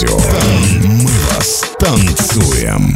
радио. Мы вас танцуем.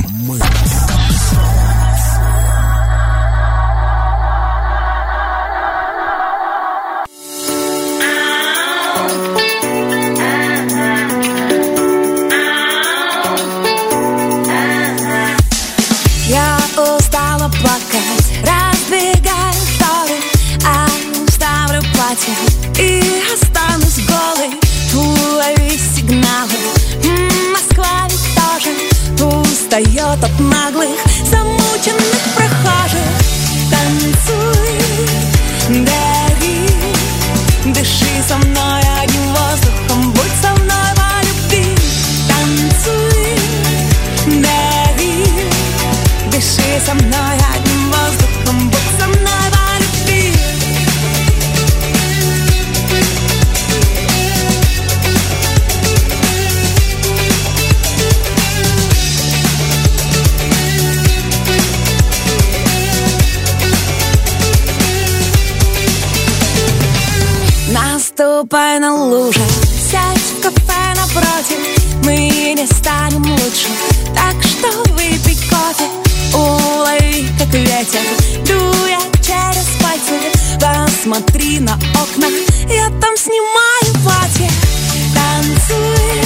Я устала плакать, разбегаю шторы, оставлю платье и останусь голой. Улови сигналы, Москва ведь тоже устает от наглых, замученных прохожих. Танцуй, дари, дыши со мной одним воздухом, будь со мной по любви. Танцуй, дари, дыши со мной одним воздухом, будь со мной по любви. Наступай на луже, сядь в кафе напротив, мы не станем лучше, так что выпей кофе. Улови, как ветер, дуя через пальцы. Посмотри на окна, я там снимаю платье. Танцуй,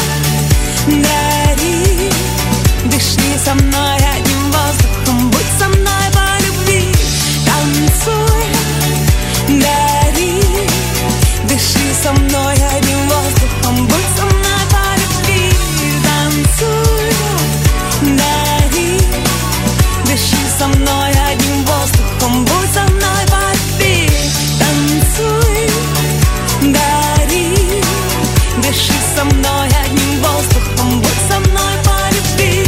дари, дыши со мной одним воздухом, будь со мной по любви. Танцуй, дари, дыши со мной одним воздухом, будь со мной по любви. Танцуй, дари, дыши со мной одним воздухом, будь со мной по любви. Танцуй, дари, дыши со мной одним воздухом, будь со мной по любви.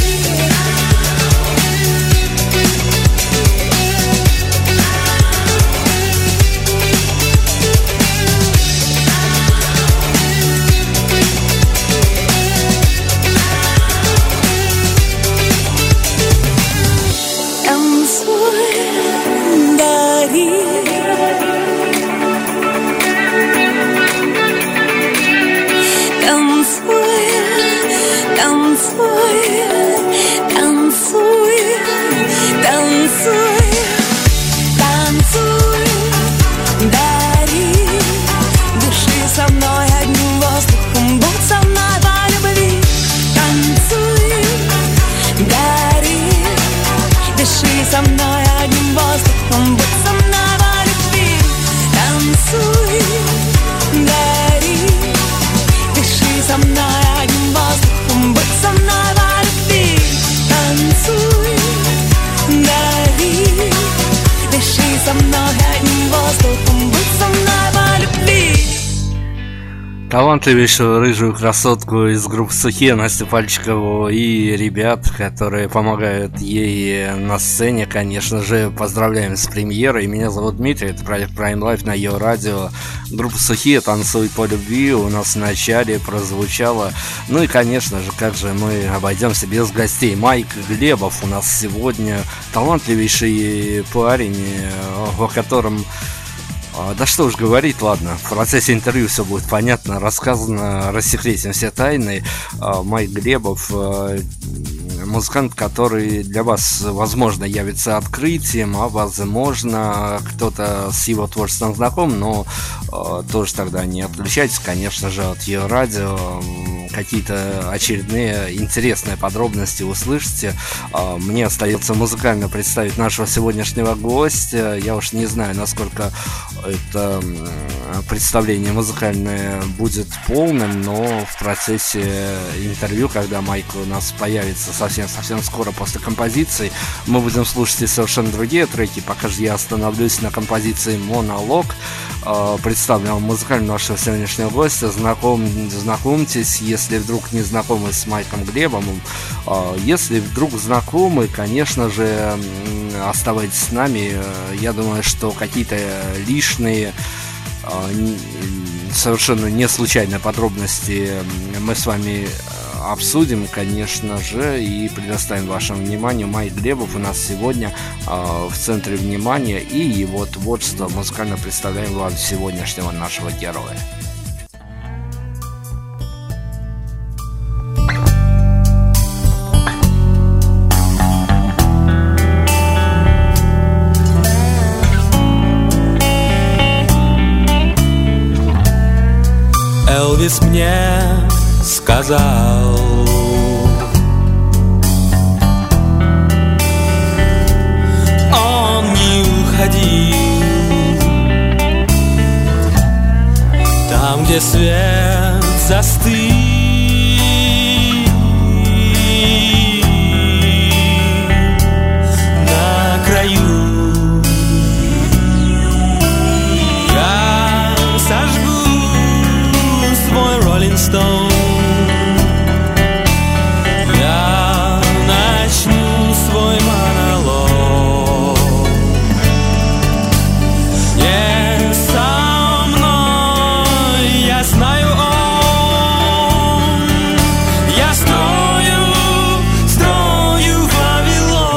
Со мной одним воздухом, будь со мной по любви. Танцуй, дари, дыши со мной одним воздухом, будь со мной по любви. Танцуй, дари, дыши со мной одним воздухом, будь со мной по любви. Талантливейшую рыжую красотку из группы Сухие, Настю Пальчикову, и ребят, которые помогают ей на сцене, конечно же, поздравляем с премьерой. Меня зовут Дмитрий, это проект Prime Life на Ее Радио. Группа Сухие, «Танцуй по любви» у нас в начале прозвучало. Ну и, конечно же, как же мы обойдемся без гостей. Майк Глебов у нас сегодня, талантливейший парень, о котором... Да что уж говорить, ладно, в процессе интервью все будет понятно, рассказано, рассекретим все тайны. Майк Глебов, музыкант, который для вас, возможно, явится открытием, а возможно, кто-то с его творчеством знаком, но тоже тогда не отключайтесь, конечно же, от ее радио. Какие-то очередные интересные подробности услышите. Мне остается музыкально представить нашего сегодняшнего гостя. Я уж не знаю, насколько это представление музыкальное будет полным, но в процессе интервью, когда Майк у нас появится совсем скоро после композиции, мы будем слушать и совершенно другие треки. Пока же я остановлюсь на композиции «Монолог». Представлю вам музыкально нашего сегодняшнего гостя. Знакомьтесь, если вдруг не знакомы с Майком Глебовым. Если вдруг знакомы, конечно же, оставайтесь с нами. Я думаю, что какие-то лишние, совершенно не случайные подробности мы с вами обсудим, конечно же, и предоставим вашему вниманию. Майк Глебов у нас сегодня в центре внимания, и его творчество музыкально представляем вам сегодняшнего нашего героя. Элвис мне сказал: он не уходил там, где свет застыл на краю. Я сожгу свой Rolling Stone, я начну свой монолог. Не со мной, я знаю, он. Я строю Вавилон.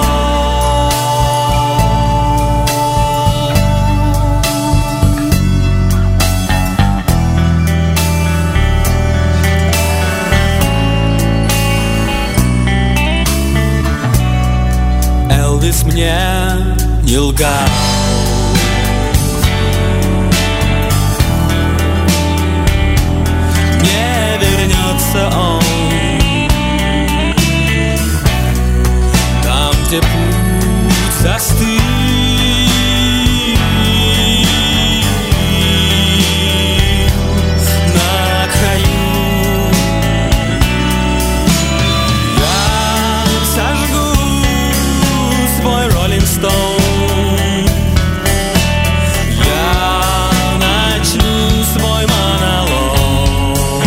Элвис мне не лгал. Не вернется он там, где путь застыл на краю. Я сожгу свой Rolling Stone, я начну свой монолог.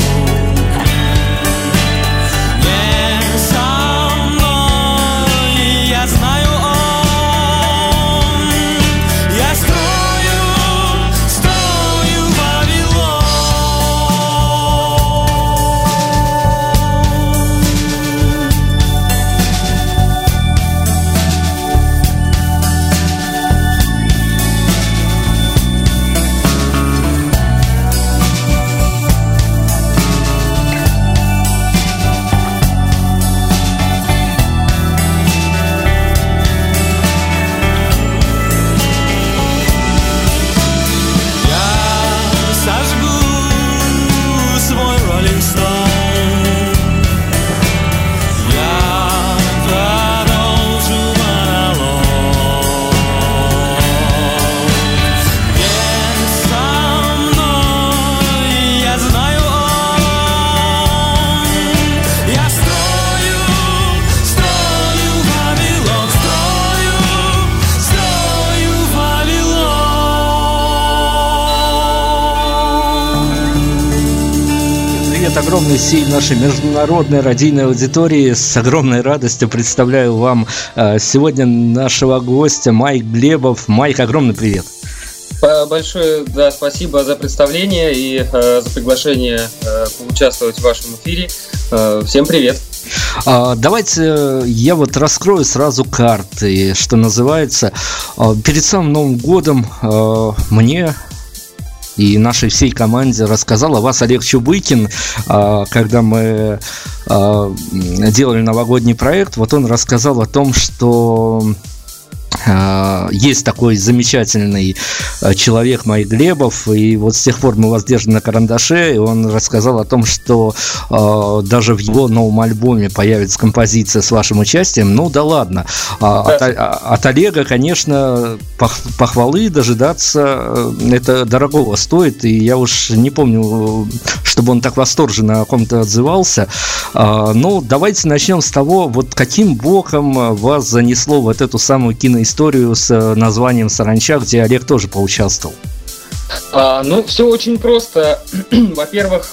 Не со мной, я знаю, он. Я строю Вавилон. Я сожгу свой Rolling Stone, я продолжу монолог. Не со мной, я знаю, он. Я строю Вавилон, строю Вавилон. Привет огромный всей нашей международной радийной аудитории. С огромной радостью представляю вам сегодня нашего гостя Майк Глебов. Майк, огромный привет. Большое, да, спасибо за представление и за приглашение поучаствовать в вашем эфире. Всем привет. Давайте я вот раскрою сразу карты, что называется. Перед самым Новым годом мне и нашей всей команде рассказал о вас Олег Чубыкин, когда мы делали новогодний проект. Вот он рассказал о том, что есть такой замечательный человек Майк Глебов, и вот с тех пор мы вас держим на карандаше, и он рассказал о том, что даже в его новом альбоме появится композиция с вашим участием. Ну да ладно, от Олега, конечно, похвалы дожидаться это дорогого стоит, и я уж не помню, чтобы он так восторженно о ком-то отзывался. Ну, давайте начнем с того, вот каким боком вас занесло вот эту самую киноисторию с названием «Саранча», где Олег тоже поучаствовал. Ну, все очень просто. Во-первых,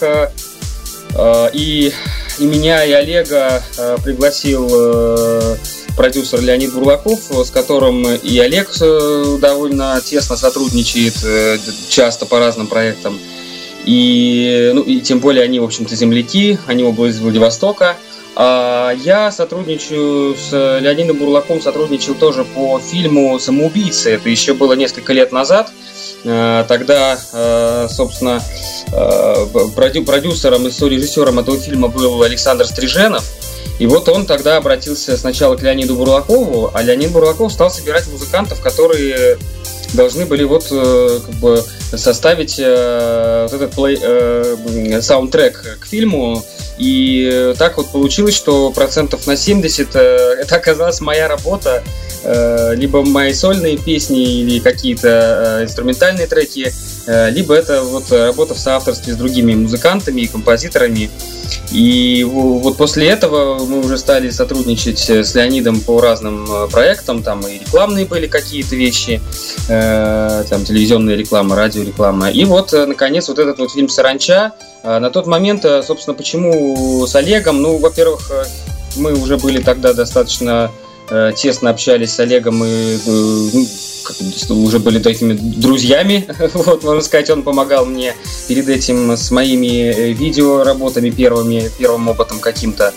и меня, и Олега пригласил продюсер Леонид Бурлаков, с которым и Олег довольно тесно сотрудничает, часто по разным проектам. И тем более они, в общем-то, земляки, они оба из Владивостока. Я сотрудничаю с Леонидом Бурлаковым, сотрудничал тоже по фильму «Самоубийцы». Это еще было несколько лет назад. Тогда, собственно, продюсером и сорежиссером этого фильма был Александр Стриженов. И вот он тогда обратился сначала к Леониду Бурлакову, а Леонид Бурлаков стал собирать музыкантов, которые должны были вот как бы составить вот этот саундтрек к фильму. И так вот получилось, что 70% это оказалась моя работа, либо мои сольные песни или какие-то инструментальные треки, либо это вот работа в соавторстве с другими музыкантами и композиторами. И вот после этого мы уже стали сотрудничать с Леонидом по разным проектам, там и рекламные были какие-то вещи, там телевизионная реклама, радиореклама. И вот, наконец, вот этот вот фильм «Саранча». На тот момент, собственно, почему с Олегом? Ну, во-первых, мы уже были тогда достаточно тесно общались с Олегом и уже были такими друзьями, вот, можно сказать, он помогал мне перед этим с моими видеоработами первым опытом каким-то.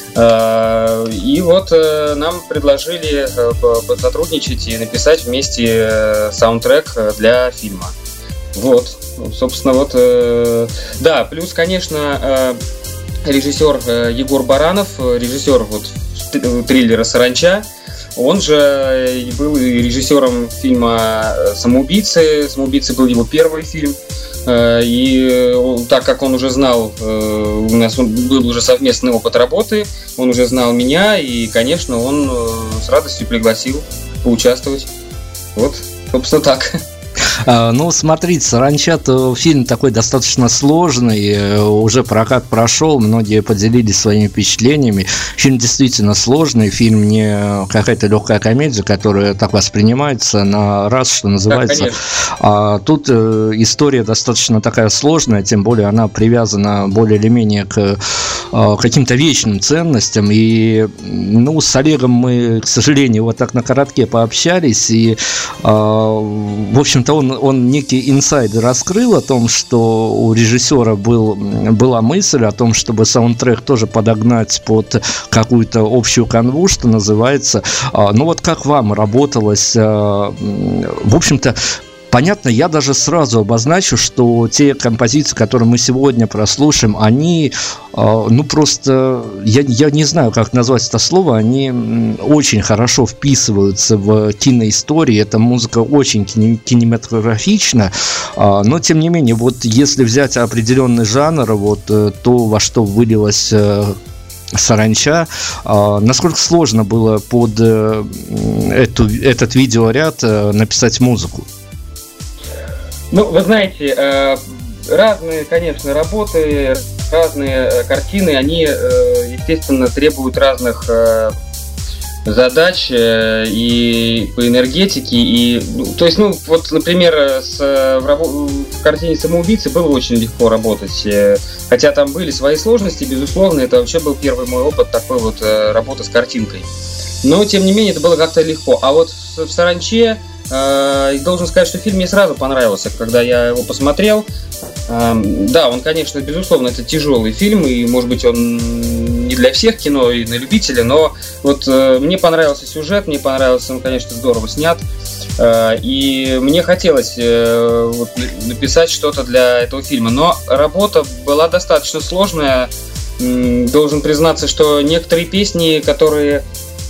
И вот нам предложили сотрудничать и написать вместе саундтрек для фильма. Вот, собственно, вот, да, плюс, конечно, режиссер Егор Баранов, режиссер вот триллера «Саранча», он же был режиссером фильма «Самоубийцы». «Самоубийцы» был его первый фильм. И так как он уже знал, у нас был уже совместный опыт работы, он уже знал меня, и, конечно, он с радостью пригласил поучаствовать. Вот, собственно, так. Ну, смотрите, «Саранча»-то фильм такой достаточно сложный, уже прокат прошел, многие поделились своими впечатлениями. Фильм действительно сложный, фильм не какая-то легкая комедия, которая так воспринимается на раз, что называется. Да, тут история достаточно такая сложная, тем более она привязана более или менее к каким-то вечным ценностям. И, ну, с Олегом мы, к сожалению, вот так на коротке пообщались, и, в общем-то, он некий инсайд раскрыл о том, что у режиссера была мысль о том, чтобы саундтрек тоже подогнать под какую-то общую канву, что называется. Ну вот как вам работалось? В общем-то, понятно, я даже сразу обозначу, что те композиции, которые мы сегодня прослушаем, они, ну просто, я не знаю, как назвать это слово, они очень хорошо вписываются в киноистории, эта музыка очень кинематографична, но тем не менее, вот если взять определенный жанр, вот то, во что вылилась «Саранча», насколько сложно было под этот видеоряд написать музыку? Ну, вы знаете, разные, конечно, работы, разные картины, они, естественно, требуют разных задач и по энергетике. И, то есть, ну, вот, например, в картине «Самоубийцы» было очень легко работать, хотя там были свои сложности, безусловно, это вообще был первый мой опыт такой вот работы с картинкой. Но, тем не менее, это было как-то легко. А вот в «Саранче» должен сказать, что фильм мне сразу понравился, когда я его посмотрел. Да, он, конечно, безусловно, это тяжелый фильм, и, может быть, он не для всех кино и на любителя, но вот мне понравился сюжет, мне понравился, он, конечно, здорово снят, и мне хотелось вот, написать что-то для этого фильма, но работа была достаточно сложная. Должен признаться, что некоторые песни, которые,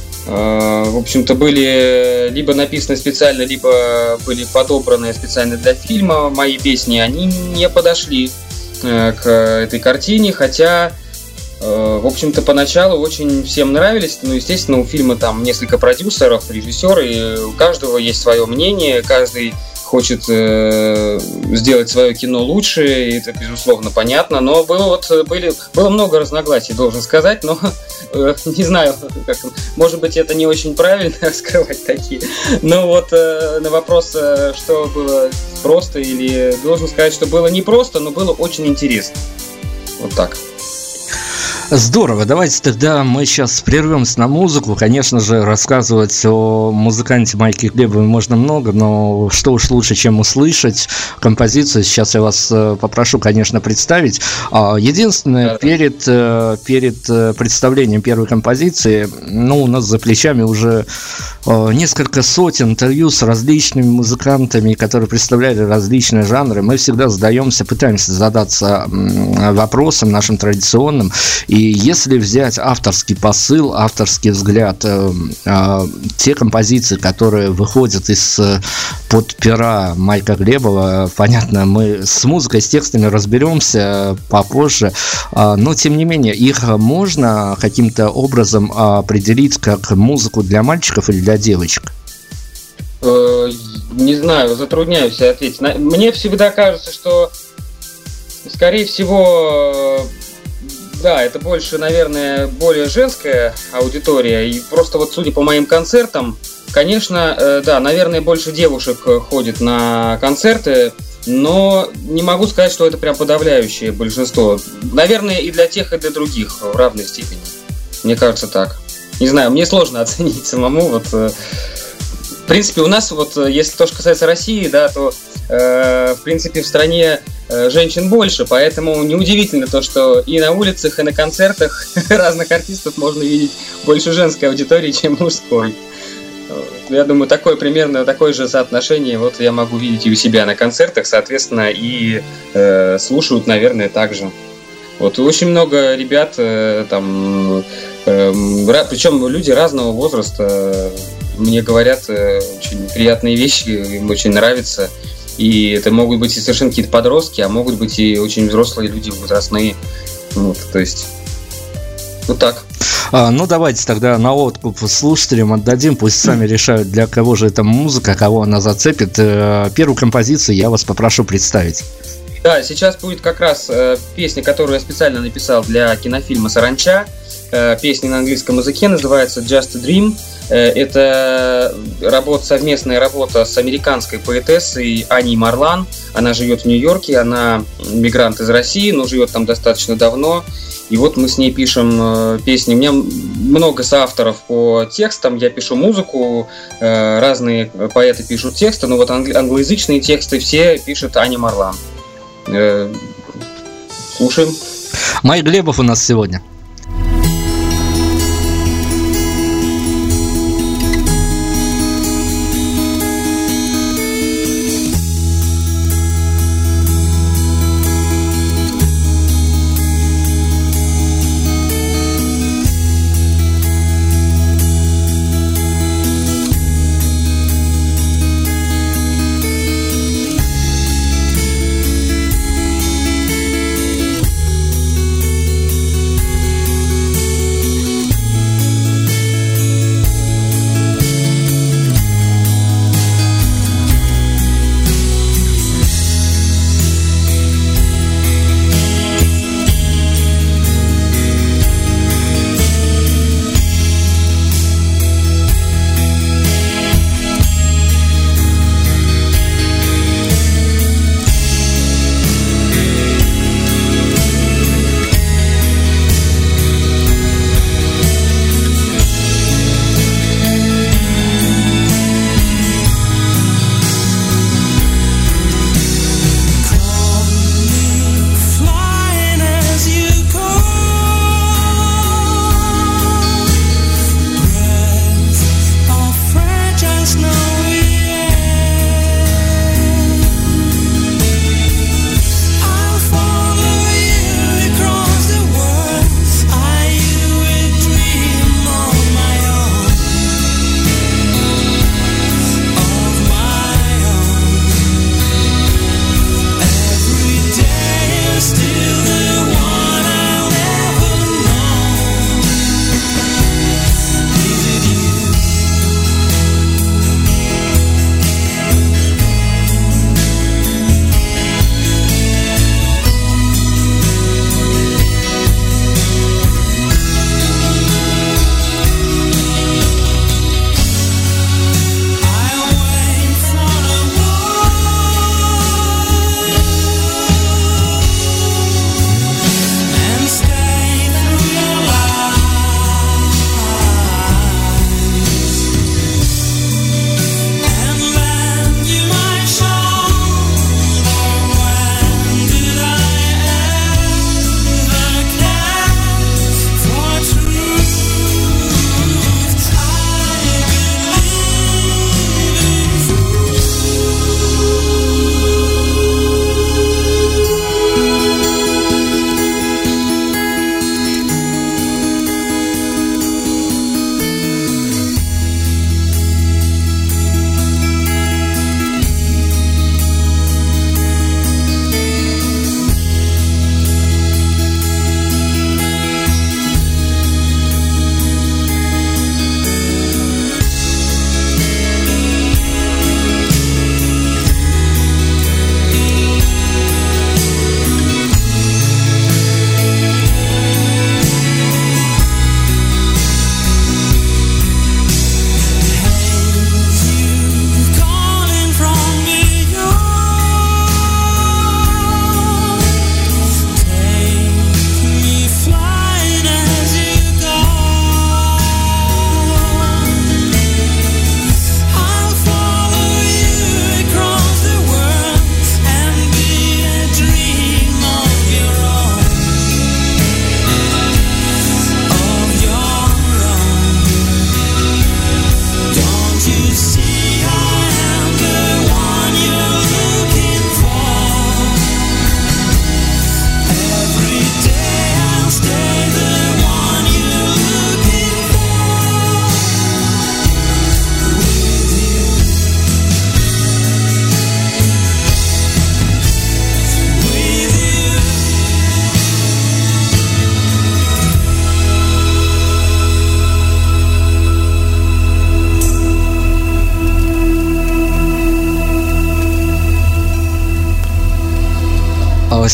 в общем-то, были либо написаны специально, либо были подобраны специально для фильма, мои песни, они не подошли к этой картине, хотя, в общем-то, поначалу очень всем нравились. Ну, естественно, у фильма там несколько продюсеров, режиссеры, и у каждого есть свое мнение, каждый хочет сделать свое кино лучше, и это, безусловно, понятно, но было много разногласий, должен сказать, но не знаю, может быть, это не очень правильно раскрывать такие, но вот на вопрос, что было просто, или должен сказать, что было непросто, но было очень интересно. Вот так. Здорово, давайте тогда мы сейчас прервемся на музыку. Конечно же, рассказывать о музыканте Майке Глебове можно много, но что уж лучше, чем услышать композицию. Сейчас я вас попрошу, конечно, представить. Единственное, перед представлением первой композиции, ну, у нас за плечами уже несколько сотен интервью с различными музыкантами, которые представляли различные жанры. Мы всегда пытаемся задаться вопросом нашим традиционным. И если взять авторский посыл, авторский взгляд, те композиции, которые выходят из-под пера Майка Глебова, понятно, мы с музыкой, с текстами разберемся попозже, но тем не менее, их можно каким-то образом определить как музыку для мальчиков или для девочек? Не знаю, затрудняюсь ответить. Мне всегда кажется, что, скорее всего, да, это больше, наверное, более женская аудитория. И просто вот судя по моим концертам, конечно, да, наверное, больше девушек ходит на концерты, но не могу сказать, что это прям подавляющее большинство. Наверное, и для тех, и для других в равной степени. Мне кажется, так. Не знаю, мне сложно оценить самому. Вот, в принципе, у нас, вот, если то, что касается России, да, то, в принципе, в стране женщин больше, поэтому неудивительно то, что и на улицах, и на концертах разных артистов можно видеть больше женской аудитории, чем мужской. Я думаю, примерно такое же соотношение вот я могу видеть и у себя на концертах, соответственно, и слушают, наверное, так же. Вот очень много ребят там, причем люди разного возраста, мне говорят очень приятные вещи, им очень нравится. И это могут быть и совершенно какие-то подростки, а могут быть и очень взрослые люди, возрастные. Вот, то есть, вот так. Ну, давайте тогда на откуп слушателям отдадим, пусть сами решают, для кого же эта музыка, кого она зацепит. Первую композицию я вас попрошу представить. Да, сейчас будет как раз песня, которую я специально написал для кинофильма «Саранча». Песня на английском языке называется «Just a Dream». Это совместная работа с американской поэтессой Аней Марлан. Она живет в Нью-Йорке, она мигрант из России, но живет там достаточно давно. И вот мы с ней пишем песни. У меня много соавторов по текстам, я пишу музыку, разные поэты пишут тексты, но вот англоязычные тексты все пишет Аня Марлан. Слушаем. Майк Глебов у нас сегодня.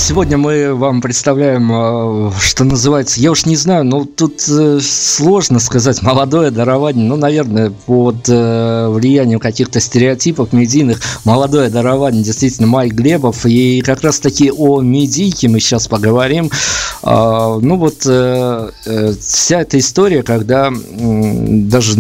Сегодня мы вам представляем, что называется, я уж не знаю, но тут сложно сказать, молодое дарование, ну, наверное, под влиянием каких-то стереотипов медийных, молодое дарование, действительно, Майк Глебов, и как раз-таки о медийке мы сейчас поговорим. Ну, вот вся эта история, когда даже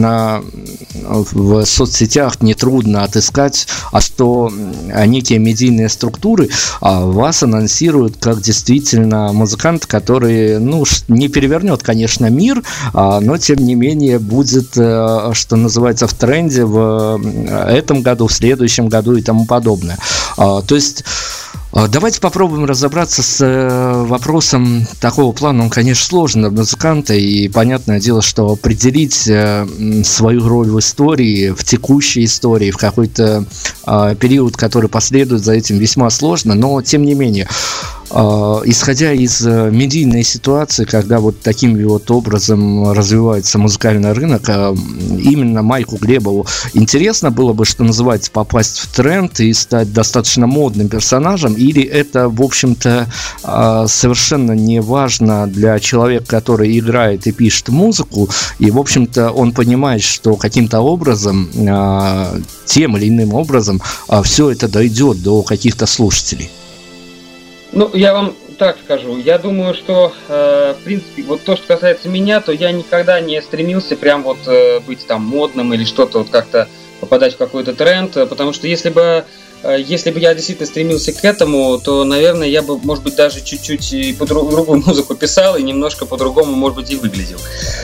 в соцсетях нетрудно отыскать, что некие медийные структуры вас анонсируют как действительно музыкант, который, ну, не перевернет, конечно, мир, но тем не менее будет, что называется, в тренде в этом году, в следующем году и тому подобное. То есть давайте попробуем разобраться с вопросом такого плана. Он, конечно, сложный для музыканта, и понятное дело, что определить свою роль в истории, в текущей истории, в какой-то период, который последует за этим, весьма сложно, но тем не менее, исходя из медийной ситуации, когда вот таким вот образом развивается музыкальный рынок, именно Майку Глебову интересно было бы, что называется, попасть в тренд и стать достаточно модным персонажем, или это, в общем-то, совершенно не важно для человека, который играет и пишет музыку, и, в общем-то, он понимает, что каким-то образом, тем или иным образом, все это дойдет до каких-то слушателей? Ну, я вам так скажу. Я думаю, что, в принципе, вот то, что касается меня, то я никогда не стремился прям вот быть там модным или что-то вот как-то попадать в какой-то тренд, потому что если бы я действительно стремился к этому, то, наверное, я бы, может быть, даже чуть-чуть и другую музыку писал и немножко по-другому, может быть, и выглядел.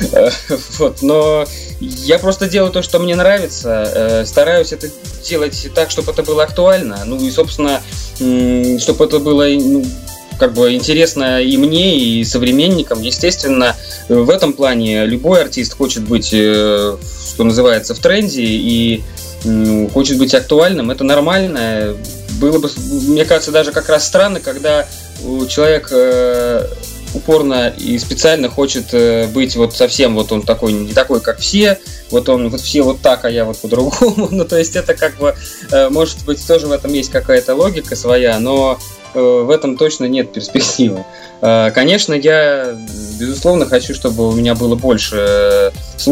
Вот, но я просто делаю то, что мне нравится, стараюсь это делать так, чтобы это было актуально, ну и, собственно, чтобы это было, ну, как бы интересно и мне, и современникам. Естественно, в этом плане любой артист хочет быть, что называется, в тренде и хочет быть актуальным. Это нормально. Было бы, мне кажется, даже как раз странно, когда человек упорно и специально хочет быть вот совсем вот он такой, не такой, как все, вот он вот все вот так, а я вот по-другому. Ну, то есть это как бы, может быть, тоже в этом есть какая-то логика своя, но в этом точно нет перспективы. Конечно, я, безусловно, хочу, чтобы у меня было больше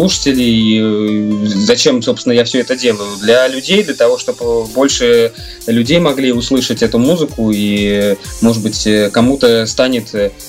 слушателей. Зачем, собственно, я все это делаю? Для людей, для того, чтобы больше людей могли услышать эту музыку, и, может быть, кому-то станет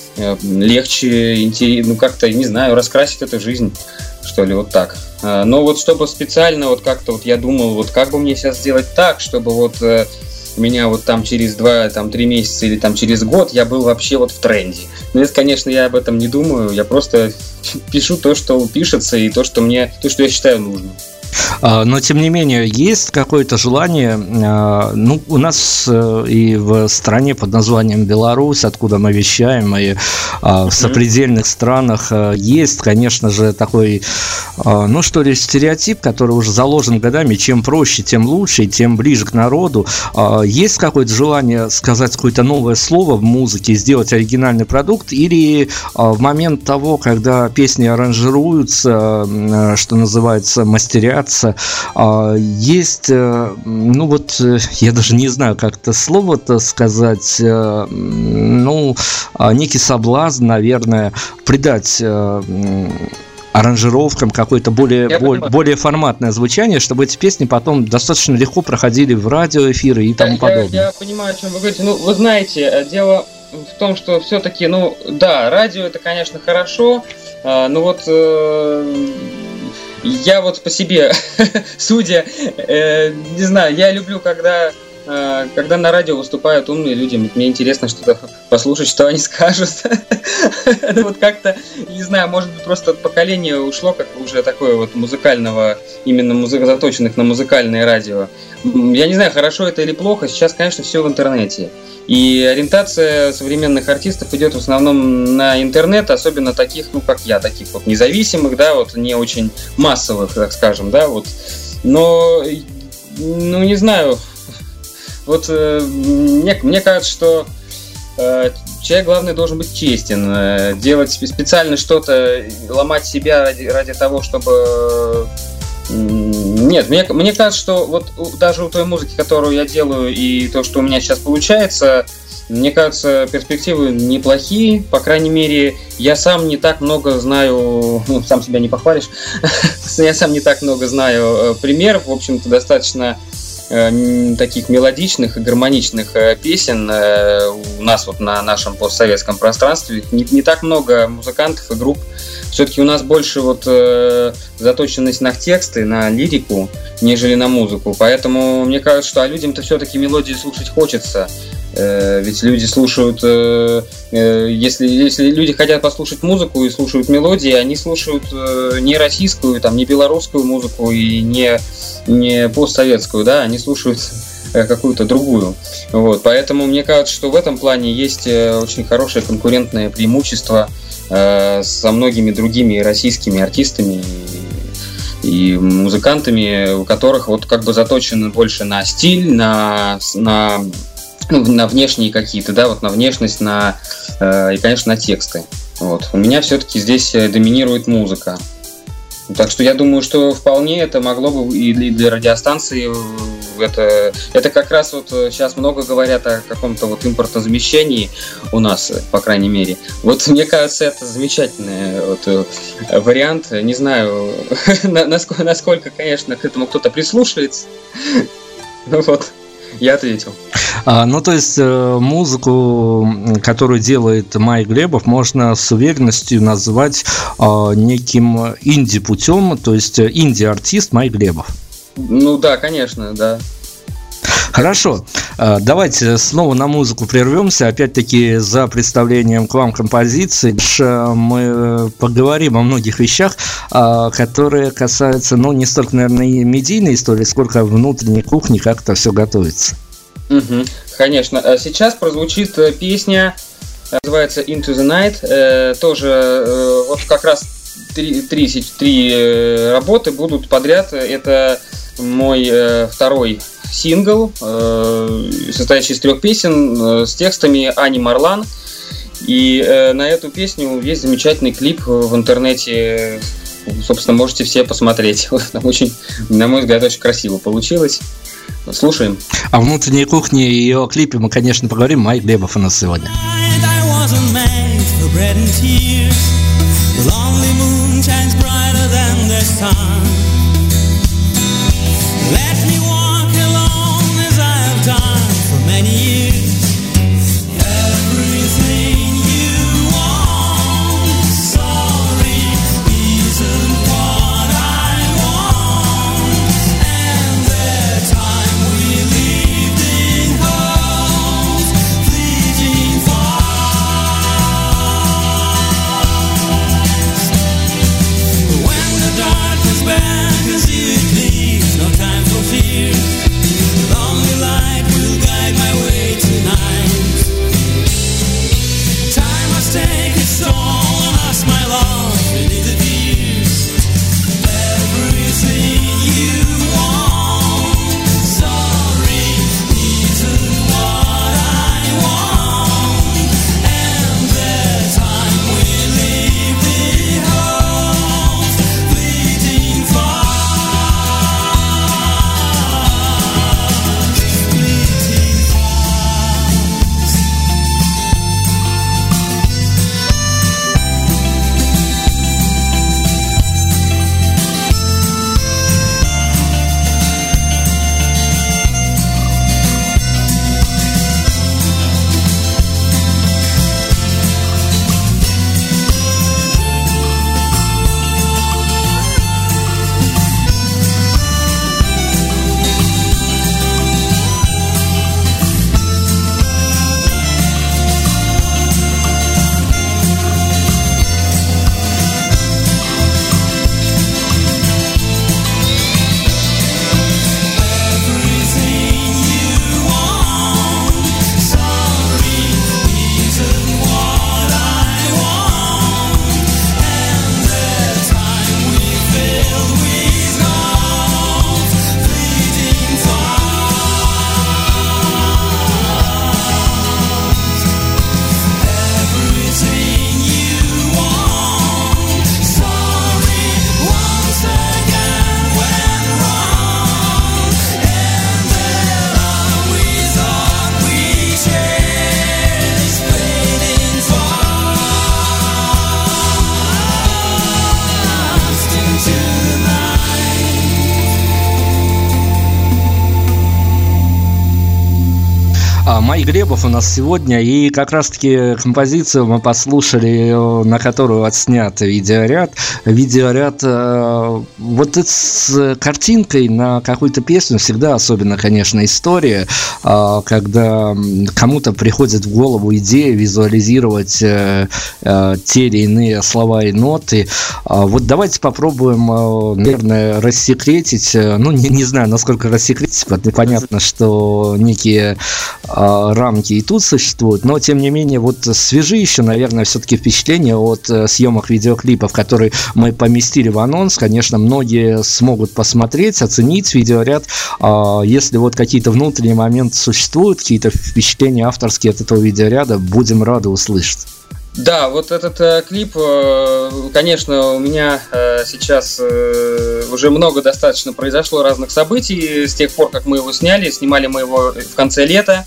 легче, ну, как-то, не знаю, раскрасить эту жизнь, что ли, вот так. Но вот чтобы специально, вот как-то вот я думал, вот как бы мне сейчас сделать так, чтобы вот меня вот там через 2-3 месяца или там через год я был вообще вот в тренде. Но это, конечно, я об этом не думаю, я просто пишу то, что пишется, и то, что я считаю нужным. Но, тем не менее, есть какое-то желание, ну, у нас и в стране под названием Беларусь, откуда мы вещаем, и в сопредельных странах есть, конечно же, такой, ну, что ли, стереотип, который уже заложен годами: чем проще, тем лучше, и тем ближе к народу. Есть какое-то желание сказать какое-то новое слово в музыке, сделать оригинальный продукт, или в момент того, когда песни аранжируются, что называется, мастерят, есть, ну вот, я даже не знаю, как это слово-то сказать, ну, некий соблазн, наверное, придать аранжировкам какое-то более форматное звучание, чтобы эти песни потом достаточно легко проходили в радиоэфиры и тому подобное. Я понимаю, о чем вы говорите. Ну, вы знаете, дело в том, что все-таки, ну, да, радио это, конечно, хорошо, но вот я вот по себе, судя, не знаю, я люблю, когда на радио выступают умные люди, мне интересно что-то послушать, что они скажут. Вот как-то, не знаю, может быть, просто от поколения ушло, как уже такое вот музыкального, именно заточенных на музыкальное радио. Я не знаю, хорошо это или плохо, сейчас, конечно, все в интернете. И ориентация современных артистов идет в основном на интернет, особенно таких, ну, как я, таких вот независимых, да, вот не очень массовых, так скажем, да, вот. Но, ну, не знаю, вот мне кажется, что человек, главное, должен быть честен, делать специально что-то, ломать себя ради того, чтобы... Нет, мне кажется, что вот даже у той музыки, которую я делаю, и то, что у меня сейчас получается, Мне кажется, перспективы неплохие. По крайней мере, я сам не так много знаю, ну, сам себя не похвалишь, я сам не так много знаю примеров, в общем-то, достаточно таких мелодичных и гармоничных песен у нас вот на нашем постсоветском пространстве. Не так много музыкантов и групп. Все-таки у нас больше вот заточенность на тексты, на лирику, нежели на музыку. Поэтому мне кажется, что людям-то все-таки мелодии слушать хочется. Ведь люди слушают, если люди хотят послушать музыку и слушают мелодии, они слушают не российскую, там, не белорусскую музыку и не постсоветскую, да, они слушают какую-то другую. Вот, поэтому мне кажется, что в этом плане есть очень хорошее конкурентное преимущество со многими другими российскими артистами и музыкантами, у которых вот как бы заточено больше на стиль, на внешние какие-то, да, вот на внешность, и, конечно, на тексты. Вот. У меня все-таки здесь доминирует музыка. Так что я думаю, что вполне это могло бы и для радиостанции, это как раз вот сейчас много говорят о каком-то вот импортозамещении у нас, по крайней мере. Вот мне кажется, это замечательный вот вариант. Не знаю, насколько, конечно, к этому кто-то прислушается. Ну вот. Я ответил. То есть музыку, которую делает Майк Глебов, можно с уверенностью назвать неким инди-путем, то есть инди-артист Майк Глебов. Ну да, конечно, да. Хорошо, давайте снова на музыку прервемся. Опять-таки за представлением к вам композиции мы поговорим о многих вещах, которые касаются, не столько, наверное, и медийной истории, сколько внутренней кухни, как это все готовится. Конечно. Сейчас прозвучит песня, называется Into the Night. Тоже вот как раз три работы будут подряд. Это мой второй сингл, состоящий из 3 песен с текстами Ани Марлан. И на эту песню есть замечательный клип в интернете. Собственно, можете все посмотреть. Там очень, на мой взгляд, очень красиво получилось. Слушаем. О внутренней кухне и о клипе мы, конечно, поговорим. Майк Глебов у нас сегодня. When the darkness bears Майк Глебов у нас сегодня, и как раз-таки композицию мы послушали, на которую отснят видеоряд. Видеоряд вот с картинкой на какую-то песню всегда особенно, конечно, история, когда кому-то приходит в голову идея визуализировать те или иные слова и ноты. Вот давайте попробуем, наверное, рассекретить, ну, не знаю, насколько рассекретить, понятно, что некие рамки и тут существуют, но тем не менее вот свежи еще, наверное, все-таки впечатления от съемок видеоклипов, которые мы поместили в анонс. Конечно, многие смогут посмотреть, оценить видеоряд. Если вот какие-то внутренние моменты существуют, какие-то впечатления авторские от этого видеоряда, будем рады услышать. Да, вот этот клип, конечно, у меня сейчас уже много достаточно произошло разных событий с тех пор, как мы его сняли. Снимали мы его в конце лета,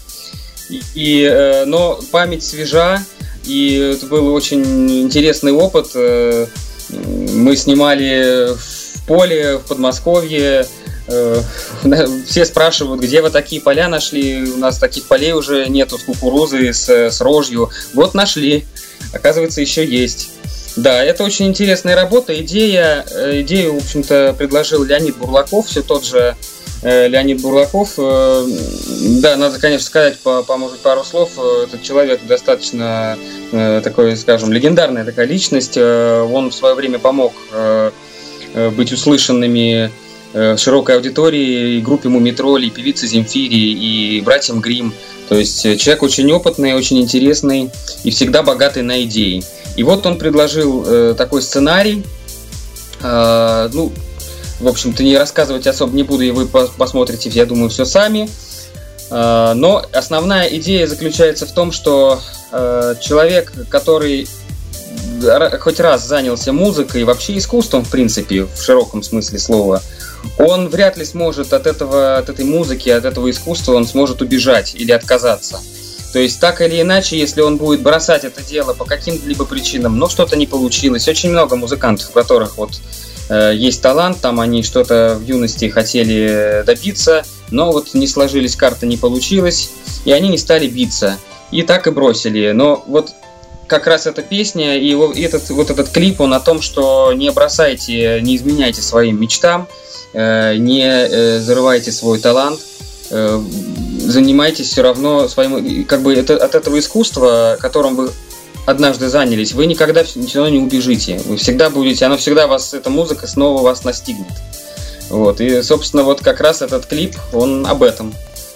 но память свежа, и это был очень интересный опыт. Мы снимали в поле, в Подмосковье. Все спрашивают, где вы такие поля нашли. У нас таких полей уже нету с кукурузой, с рожью. Вот нашли. Оказывается, еще есть. Да, это очень интересная работа. Идею, в общем-то, предложил Леонид Бурлаков, все тот же Леонид Бурлаков. Да, надо, конечно, сказать, может, пару слов. Этот человек достаточно такой, скажем, легендарная такая личность. Он в свое время помог быть услышанными широкой аудитории и группе Мумитролей, певице Земфире и братьям Гримм. То есть человек очень опытный, очень интересный и всегда богатый на идеи. И вот он предложил такой сценарий. Ну, в общем-то, не рассказывать особо не буду, и вы посмотрите, я думаю, все сами. Но основная идея заключается в том, что человек, который хоть раз занялся музыкой и вообще искусством, в принципе, в широком смысле слова, он вряд ли сможет от этой музыки, от этого искусства он сможет убежать или отказаться. То есть так или иначе, если он будет бросать это дело по каким-либо причинам, но что-то не получилось. Очень много музыкантов, у которых вот есть талант, там они что-то в юности хотели добиться, но вот не сложились карты, не получилось, и они не стали биться. И так и бросили. Но вот как раз эта песня и этот клип, он о том, что не бросайте, не изменяйте своим мечтам, не зарывайте свой талант, занимайтесь все равно своим, как бы это, от этого искусства, которым вы однажды занялись, вы никогда все равно не убежите. Вы всегда будете, оно всегда вас, эта музыка снова вас настигнет. Вот, и, собственно, вот как раз этот клип, он об этом.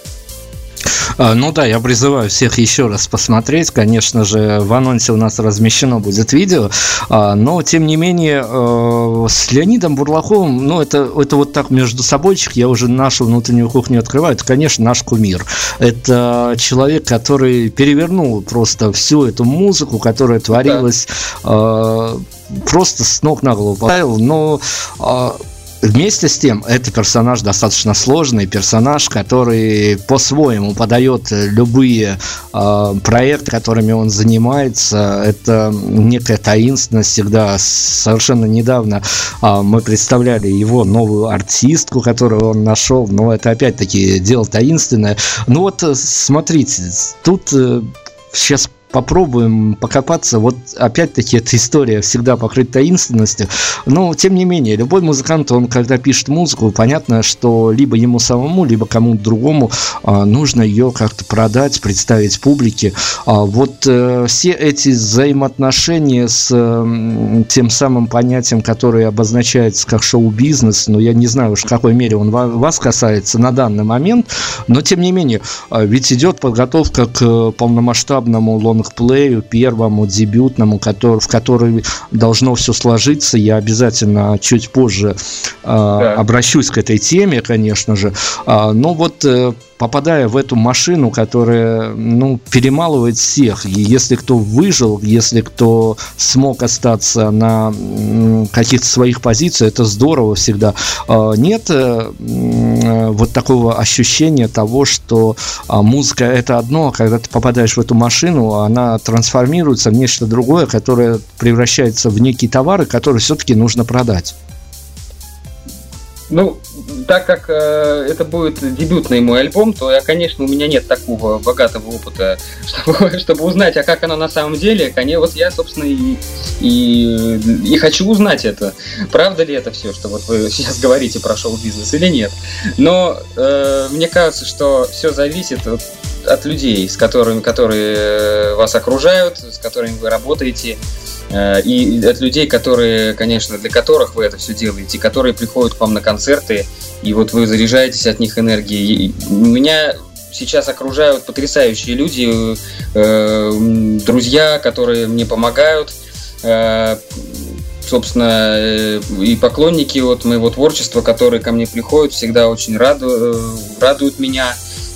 Ну да, я призываю всех еще раз посмотреть. Конечно же, в анонсе у нас размещено будет видео, но тем не менее с Леонидом Бурлаковым, ну это вот так между собойчик, я уже нашу внутреннюю кухню открываю. Это, конечно, наш кумир. Это человек, который перевернул просто всю эту музыку, которая творилась, просто с ног на голову поставил. Но вместе с тем, это персонаж достаточно сложный, персонаж, который по-своему подает любые проекты, которыми он занимается. Это некая таинственность всегда. Совершенно недавно мы представляли его новую артистку, которую он нашел, но это опять-таки дело таинственное. Ну вот, смотрите, тут сейчас попробуем покопаться. Вот опять-таки эта история всегда покрыта таинственностью. Но тем не менее, любой музыкант, он когда пишет музыку, понятно, что либо ему самому, либо кому-то другому нужно ее как-то продать, представить публике. Вот все эти взаимоотношения с тем самым понятием, которое обозначается как шоу-бизнес, но я не знаю уж в какой мере он вас касается на данный момент, но тем не менее, ведь идет подготовка к полномасштабному лонгплею, первому, дебютному, в который должно все сложиться. Я обязательно чуть позже обращусь к этой теме, конечно же. Но вот попадая в эту машину, которая, перемалывает всех, и если кто выжил, если кто смог остаться на каких-то своих позициях, это здорово всегда. Нет вот такого ощущения того, что музыка — это одно, а когда ты попадаешь в эту машину, она трансформируется в нечто другое, которое превращается в некие товары, которые все-таки нужно продать. так как это будет дебютный мой альбом, то конечно, у меня нет такого богатого опыта, чтобы узнать, а как оно на самом деле. Вот я, собственно, и хочу узнать это. Правда ли это все, что вот вы сейчас говорите про шоу-бизнес или нет? Но мне кажется, что все зависит от людей, которые вас окружают, с которыми вы работаете, и от людей, которые, конечно, для которых вы это все делаете, которые приходят к вам на концерты, и вот вы заряжаетесь от них энергией. Меня сейчас окружают потрясающие люди, друзья, которые мне помогают, собственно, и поклонники моего творчества, которые ко мне приходят, всегда очень радуют меня.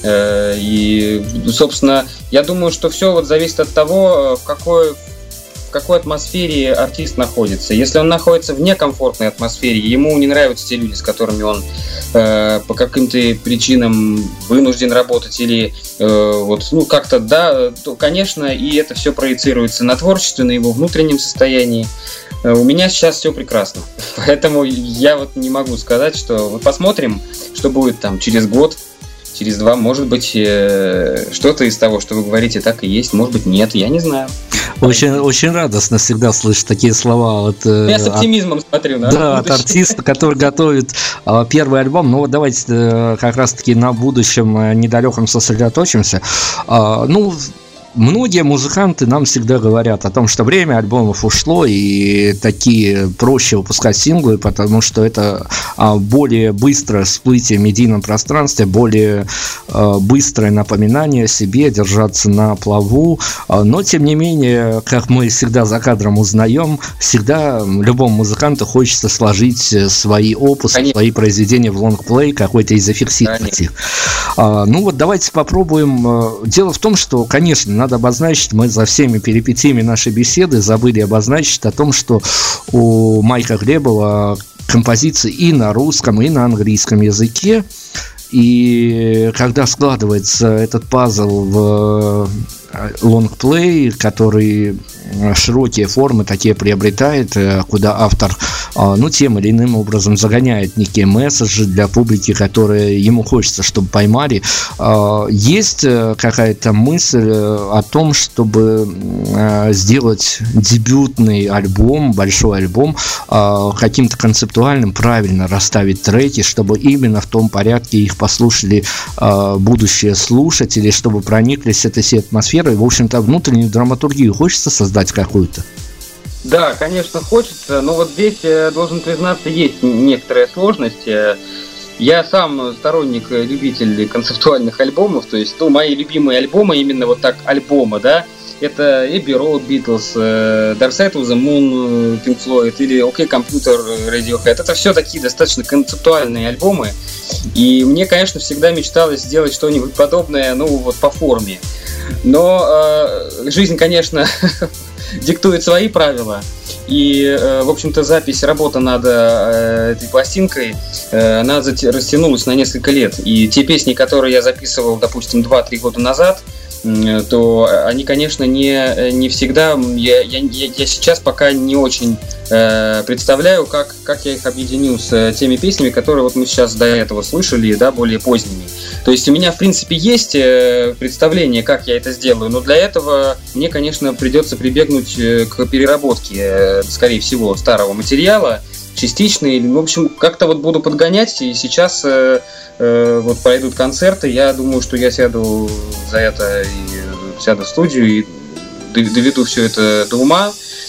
И, собственно, я думаю, что все зависит от того, в какой атмосфере артист находится. Если он находится в некомфортной атмосфере, ему не нравятся те люди, с которыми он по каким-то причинам вынужден работать или как-то, да, то, конечно, и это все проецируется на творчестве, на его внутреннем состоянии. У меня сейчас все прекрасно. Поэтому я не могу сказать, что посмотрим, что будет там через год, через 2, может быть, что-то из того, что вы говорите, так и есть, может быть, нет, я не знаю. Очень, очень радостно всегда слышать такие слова. Я с оптимизмом смотрю на будущее. От артиста, который готовит первый альбом. Ну вот давайте как раз-таки на будущем недалеком сосредоточимся. Многие музыканты нам всегда говорят о том, что время альбомов ушло, и такие проще выпускать синглы, потому что это более быстрое всплытие в медийном пространстве, более быстрое напоминание о себе, держаться на плаву. Но, тем не менее, как мы всегда за кадром узнаем, всегда любому музыканту хочется сложить свои опусы, свои произведения в лонгплей, какой-то и зафиксировать их. Давайте попробуем. Дело в том, что, конечно, надо обозначить, мы за всеми перипетиями нашей беседы забыли обозначить о том, что у Майка Глебова композиции и на русском, и на английском языке. И когда складывается этот пазл в лонгплей, который широкие формы такие приобретает, куда автор тем или иным образом загоняет некие месседжи для публики, которые ему хочется, чтобы поймали. Есть какая-то мысль о том, чтобы сделать дебютный альбом, большой альбом, каким-то концептуальным, правильно расставить треки, чтобы именно в том порядке их послушали будущие слушатели, чтобы прониклись этой всей атмосферой. В общем-то, внутреннюю драматургию хочется создать какую-то. Да, конечно, хочется, но вот здесь, должен признаться, есть некоторая сложность. Я сам сторонник, любитель концептуальных альбомов, то есть, мои любимые альбомы, именно вот так альбомы, да, это Abbey Road, Beatles, Dark Side of the Moon, Pink Floyd или OK Computer, Radiohead. Это все такие достаточно концептуальные альбомы, и мне, конечно, всегда мечталось сделать что-нибудь подобное, по форме. Но жизнь, конечно, диктует свои правила. И, в общем-то, работа над этой пластинкой, она растянулась на несколько лет. И те песни, которые я записывал, допустим, 2-3 года назад, то они, конечно, не всегда. Я сейчас пока не очень представляю, как я их объединю с теми песнями, которые мы сейчас до этого слышали, да, более поздними. То есть у меня, в принципе, есть представление, как я это сделаю, но для этого мне, конечно, придется прибегнуть к переработке, скорее всего, старого материала, частично, в общем, как-то буду подгонять, и сейчас пройдут концерты, я думаю, что я сяду за это и сяду в студию и доведу все это до ума,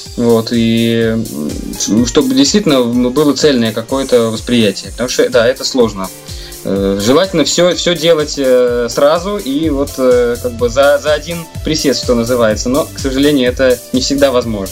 и чтобы действительно было цельное какое-то восприятие, потому что, да, это сложно. Желательно все делать сразу и за один присест, что называется, но, к сожалению, это не всегда возможно.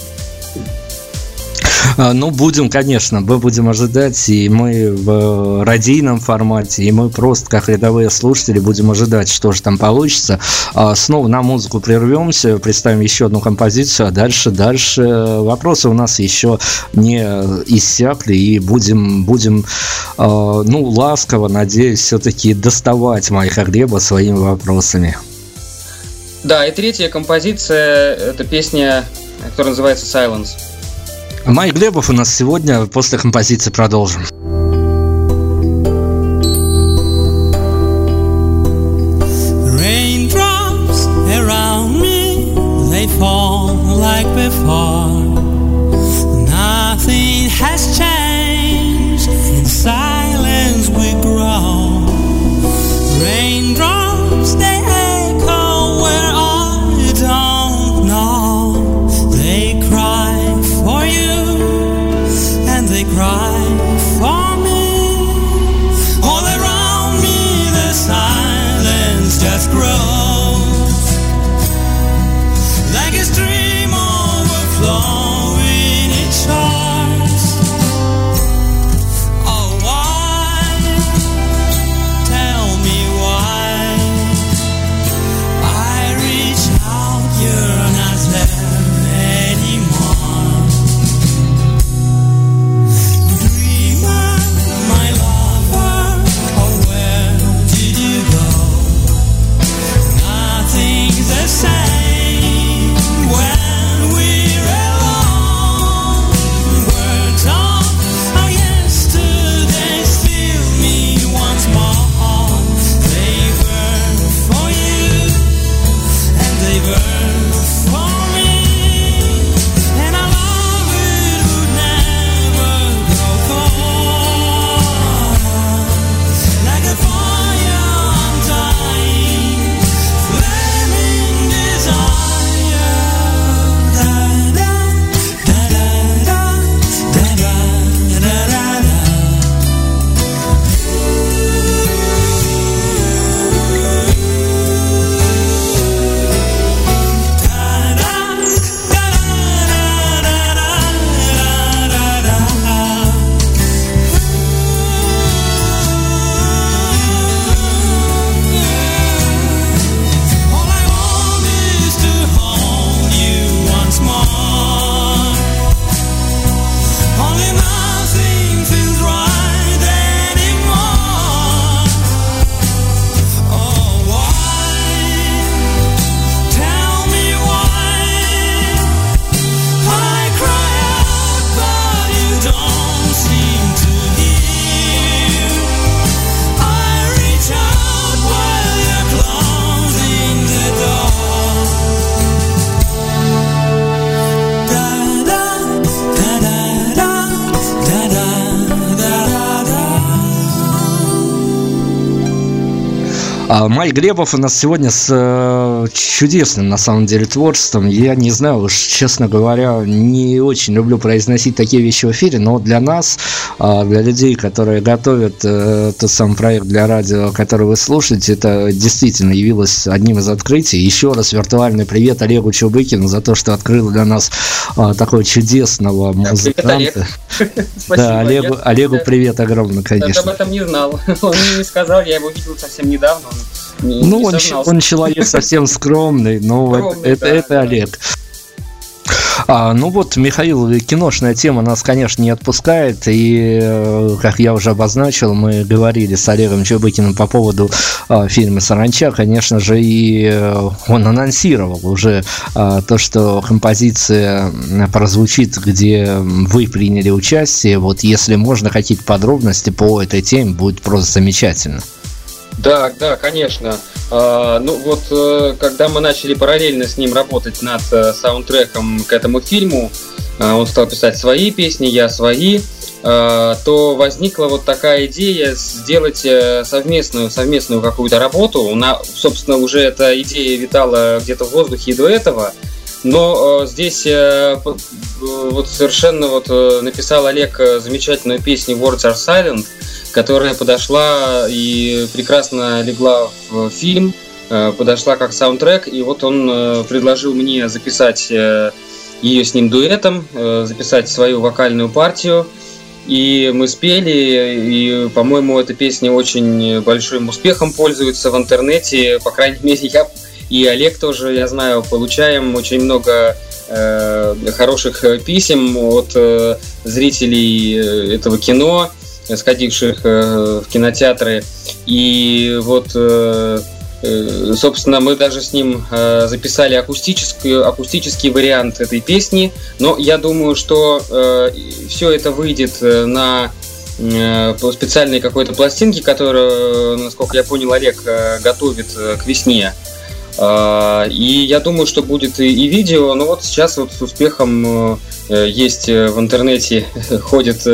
Будем, конечно, мы будем ожидать, и мы в радийном формате, и мы просто, как рядовые слушатели, будем ожидать, что же там получится. Снова на музыку прервемся, представим еще одну композицию, а дальше вопросы у нас еще не иссякли, и будем ласково, надеюсь, все-таки доставать Майка Глеба своими вопросами. Да, и третья композиция, это песня, которая называется «Silence». Майк Глебов у нас сегодня, после композиции продолжим. Майк Глебов у нас сегодня с чудесным, на самом деле, творчеством. Я не знаю, уж, честно говоря, не очень люблю произносить такие вещи в эфире, но для нас, для людей, которые готовят тот самый проект для радио, который вы слушаете, это действительно явилось одним из открытий. Еще раз виртуальный привет Олегу Чубыкину за то, что открыл для нас такого чудесного музыканта. Да, Олегу привет огромный, конечно. Я об этом не знал. Он мне не сказал, я его видел совсем недавно. Он человек совсем скромный, но это Олег. Ну вот, Михаил, киношная тема нас, конечно, не отпускает. И, как я уже обозначил, мы говорили с Олегом Чубыкиным по поводу фильма «Саранча». Конечно же, и он анонсировал уже то, что композиция прозвучит, где вы приняли участие. Вот, если можно, какие-то подробности по этой теме, будет просто замечательно. Да, конечно. Когда мы начали параллельно с ним работать над саундтреком к этому фильму, он стал писать свои песни, я свои, то возникла вот такая идея сделать совместную какую-то работу. Собственно, уже эта идея витала где-то в воздухе и до этого. Но здесь вот совершенно написал Олег замечательную песню «Words are silent», которая подошла и прекрасно легла в фильм, подошла как саундтрек, и вот он предложил мне записать ее с ним дуэтом, записать свою вокальную партию, и мы спели, и, по-моему, эта песня очень большим успехом пользуется в интернете, по крайней мере, я и Олег тоже, я знаю, получаем очень много хороших писем от зрителей этого кино, сходивших в кинотеатры. И вот, собственно, мы даже с ним записали акустический вариант этой песни. Но я думаю, что все это выйдет на специальной какой-то пластинке, которую, насколько я понял, Олег готовит к весне. И я думаю, что будет и видео. Но вот сейчас вот с успехом есть в интернете, ходит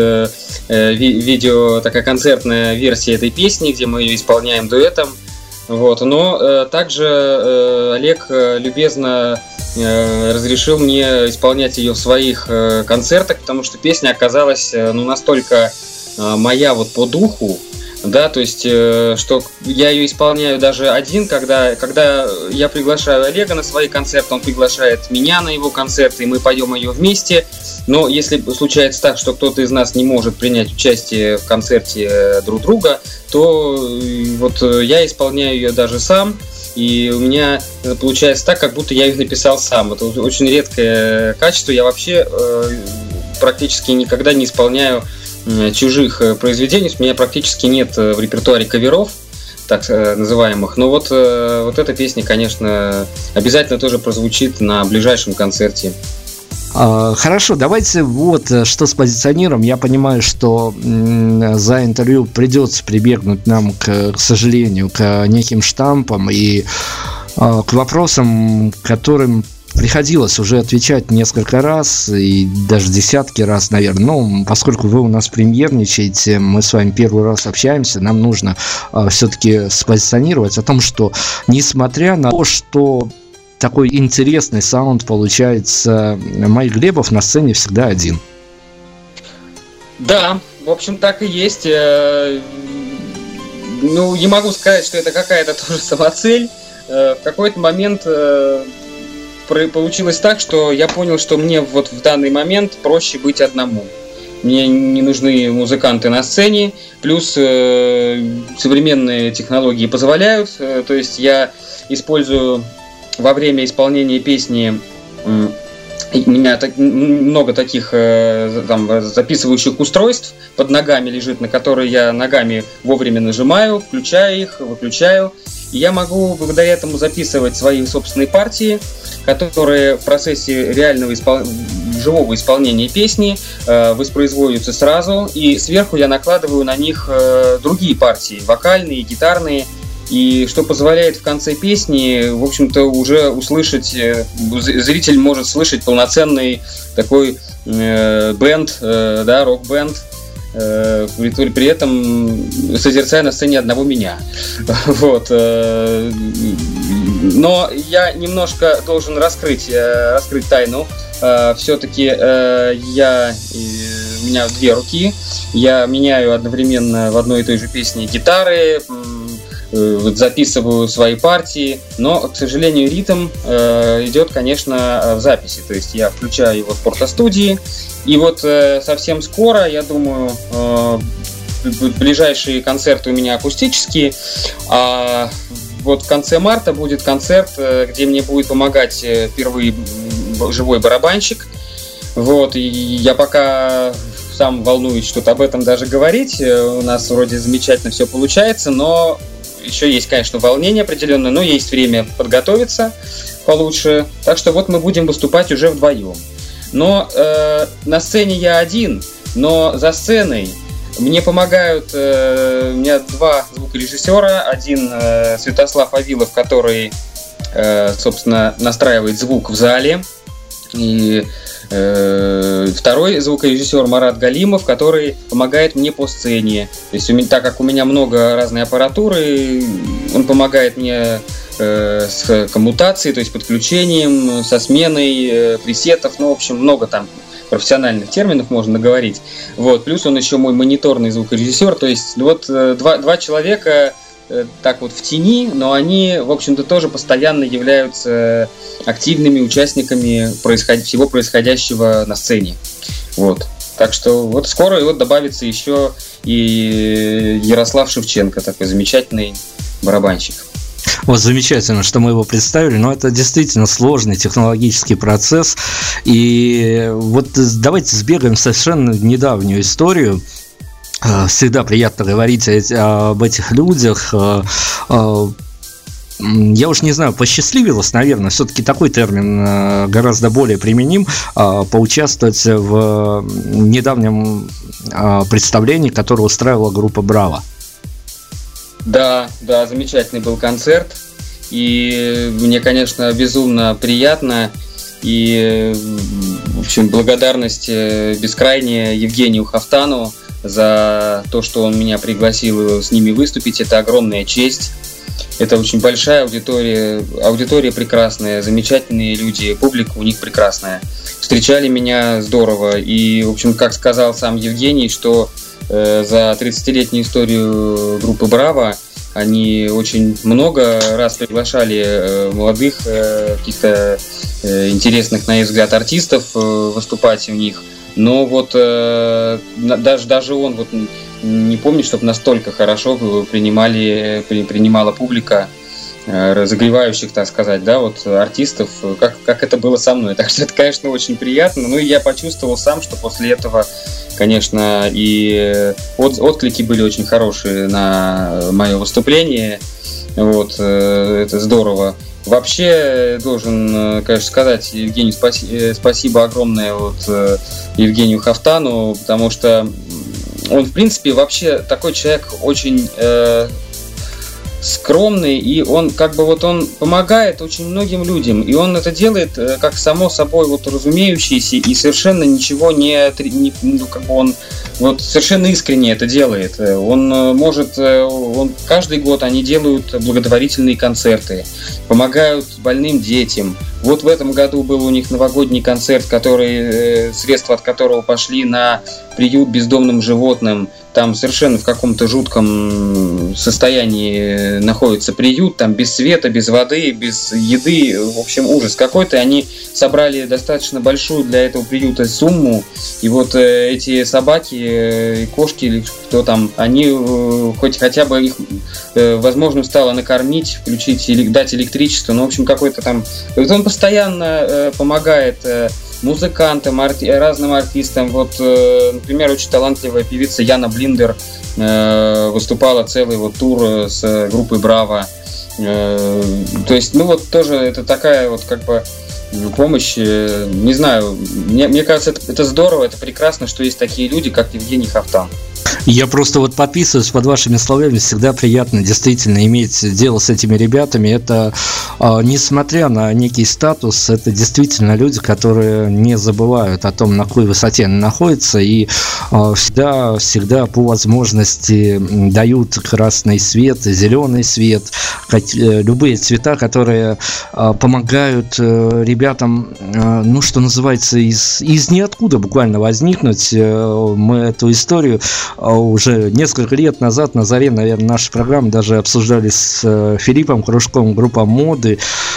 видео, такая концертная версия этой песни, где мы ее исполняем дуэтом. Вот. Но также Олег любезно разрешил мне исполнять ее в своих концертах, потому что песня оказалась настолько моя вот по духу, да, то есть, что я ее исполняю даже один, когда я приглашаю Олега на свои концерты, он приглашает меня на его концерты, и мы поем ее вместе. Но если случается так, что кто-то из нас не может принять участие в концерте друг друга, то вот я исполняю ее даже сам, и у меня получается так, как будто я ее написал сам. Это очень редкое качество. Я вообще практически никогда не исполняю чужих произведений. У меня практически нет в репертуаре каверов, так называемых. Но вот эта песня, конечно, обязательно тоже прозвучит на ближайшем концерте. Хорошо, давайте вот что с позиционированием. Я понимаю, что за интервью придется прибегнуть нам, к сожалению, к неким штампам и к вопросам, которым приходилось уже отвечать несколько раз, и даже десятки раз, наверное. Но поскольку вы у нас премьерничаете, мы с вами первый раз общаемся, нам нужно все-таки спозиционировать о том, что несмотря на то, что такой интересный саунд получается, Майк Глебов на сцене всегда один. Да, в общем, так и есть. Не могу сказать, что это какая-то тоже самоцель. В какой-то момент получилось так, что я понял, что мне вот в данный момент проще быть одному. Мне не нужны музыканты на сцене, плюс современные технологии позволяют. То есть я использую во время исполнения песни, у меня много таких записывающих устройств под ногами лежит, на которые я ногами вовремя нажимаю, включаю их, выключаю. И я могу благодаря этому записывать свои собственные партии, которые в процессе реального живого исполнения песни воспроизводятся сразу. И сверху я накладываю на них другие партии, вокальные, гитарные. И что позволяет в конце песни, в общем-то, уже услышать, зритель может слышать полноценный такой бэнд, да, рок-бэнд. при этом созерцая на сцене одного меня. Вот. Но я немножко должен раскрыть тайну. Все-таки у меня две руки. Я меняю одновременно в одной и той же песне гитары, записываю свои партии, но, к сожалению, ритм идет, конечно, в записи. То есть я включаю его в фотостудии, и вот совсем скоро, я думаю, ближайшие концерты у меня акустические, а вот в конце марта будет концерт, где мне будет помогать впервые живой барабанщик. Вот, и я пока сам волнуюсь что-то об этом даже говорить. У нас вроде замечательно все получается, но еще есть, конечно, волнение определенное, но есть время подготовиться получше. Так что вот мы будем выступать уже вдвоем. Но на сцене я один, но за сценой мне помогают, у меня два звукорежиссера. Один Святослав Авилов, который, собственно, настраивает звук в зале. И второй звукорежиссер Марат Галимов, который помогает мне по сцене. То есть, так как у меня много разной аппаратуры, он помогает мне с коммутацией, то есть подключением, со сменой пресетов, ну, в общем, много там профессиональных терминов можно наговорить. Вот. Плюс он еще мой мониторный звукорежиссер, то есть вот два человека так вот в тени, но они, в общем-то, тоже постоянно являются активными участниками всего происходящего на сцене. Вот. Так что вот скоро вот добавится еще и Ярослав Шевченко, такой замечательный барабанщик. Вот замечательно, что мы его представили, но это действительно сложный технологический процесс. И вот давайте сбегаем в совершенно недавнюю историю. Всегда приятно говорить об этих людях. Я уж не знаю, посчастливилось, наверное, все-таки такой термин гораздо более применим, поучаствовать в недавнем представлении, которое устраивала группа «Браво». Да, замечательный был концерт, и мне, конечно, безумно приятно, и, в общем, благодарность бескрайняя Евгению Хафтану за то, что он меня пригласил с ними выступить. Это огромная честь. Это очень большая аудитория прекрасная, замечательные люди, публика у них прекрасная. Встречали меня здорово, и, в общем, как сказал сам Евгений, что за 30-летнюю историю группы «Браво» они очень много раз приглашали молодых, каких-то интересных, на их взгляд, артистов выступать у них. Но вот даже он вот не помнит, чтобы настолько хорошо принимала публика разогревающих, так сказать, да, вот артистов, как это было со мной. Так что это, конечно, очень приятно. Ну и я почувствовал сам, что после этого, конечно, и отклики были очень хорошие на мое выступление. Вот, это здорово. Вообще, должен, конечно, сказать Евгению спасибо огромное Евгению Хафтану, потому что он, в принципе, вообще такой человек очень скромный, и он он помогает очень многим людям, и он это делает как само собой разумеющийся, и совершенно ничего он совершенно искренне это делает. Он каждый год они делают благотворительные концерты, помогают больным детям. Вот в этом году был у них новогодний концерт, средства от которого пошли на приют бездомным животным. Там совершенно в каком-то жутком состоянии находится приют, там без света, без воды, без еды, в общем, ужас какой-то. Они собрали достаточно большую для этого приюта сумму, и вот эти собаки, кошки или кто там, они хотя бы их возможно стало накормить, включить или дать электричество, ну, в общем, какой-то там... Он постоянно помогает музыкантам, разным артистам. Вот, например, очень талантливая певица Яна Блиндер выступала целый тур с группой «Браво». То есть, тоже это такая помощь. Не знаю, мне кажется, это здорово, это прекрасно, что есть такие люди, как Евгений Хафтан. Я просто вот подписываюсь под вашими словами, всегда приятно действительно иметь дело с этими ребятами. Это, несмотря на некий статус, это действительно люди, которые не забывают о том, на какой высоте они находятся, и всегда по возможности дают красный свет, зеленый свет, любые цвета, которые помогают ребятам, ну, что называется, из ниоткуда буквально возникнуть. Мы эту историю уже несколько лет назад на заре, наверное, нашей программы даже обсуждали с Филиппом Кружковым, группа «Моды».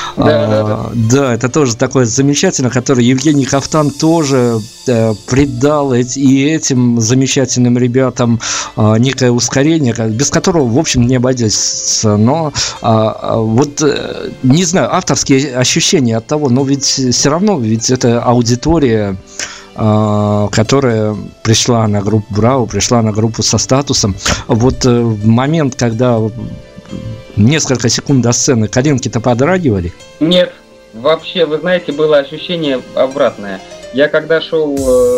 Да, это тоже такое замечательно, которое Евгений Кафтан тоже придал и этим замечательным ребятам некое ускорение, без которого, в общем, не обойдется. Но вот, не знаю, авторские ощущения от того, но ведь все равно, ведь это аудитория, которая пришла на группу «Браво», пришла на группу со статусом. Вот в момент, когда несколько секунд до сцены, коленки-то подрагивали? Нет, вообще, вы знаете, было ощущение обратное. Я когда шел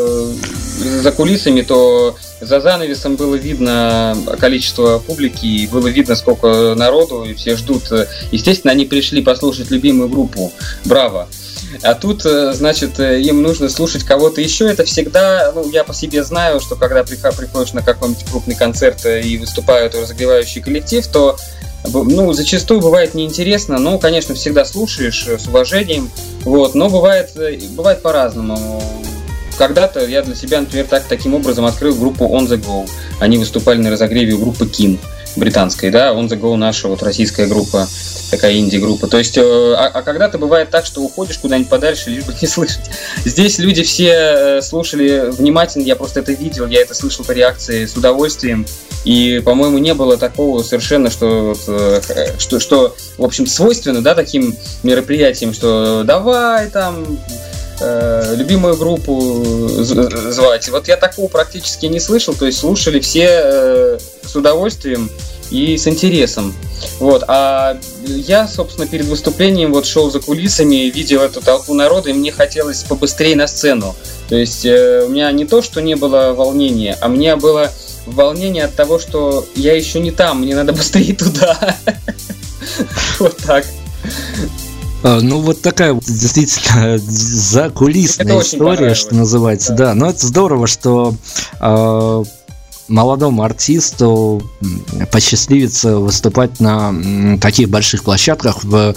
за кулисами, то за занавесом было видно количество публики, и было видно, сколько народу, и все ждут. Естественно, они пришли послушать любимую группу «Браво». А тут, значит, им нужно слушать кого-то еще. Это всегда, ну, я по себе знаю, что когда приходишь на какой-нибудь крупный концерт и выступает разогревающий коллектив, то, ну, зачастую бывает неинтересно. Ну, конечно, всегда слушаешь с уважением, вот, но бывает по-разному. Когда-то я для себя, например, таким образом открыл группу On The Go. Они выступали на разогреве у группы Kin британской, да, On The Go наша вот российская группа, такая инди-группа. То есть, когда-то бывает так, что уходишь куда-нибудь подальше, лишь бы не слышать. Здесь люди все слушали внимательно, я просто это видел, я это слышал по реакции с удовольствием. И, по-моему, не было такого совершенно, что в общем, свойственно, да, таким мероприятиям, что давай там любимую группу звать. Вот я такого практически не слышал, то есть слушали все с удовольствием и с интересом. Вот. А я, собственно, перед выступлением вот шел за кулисами, видел эту толпу народа, и мне хотелось побыстрее на сцену. То есть у меня не то, что не было волнения, а мне было волнение от того, что я еще не там, мне надо быстрее туда. Вот так. Ну, вот такая вот действительно закулисная история, что называется. Да, но это здорово, что молодому артисту посчастливится выступать на таких больших площадках в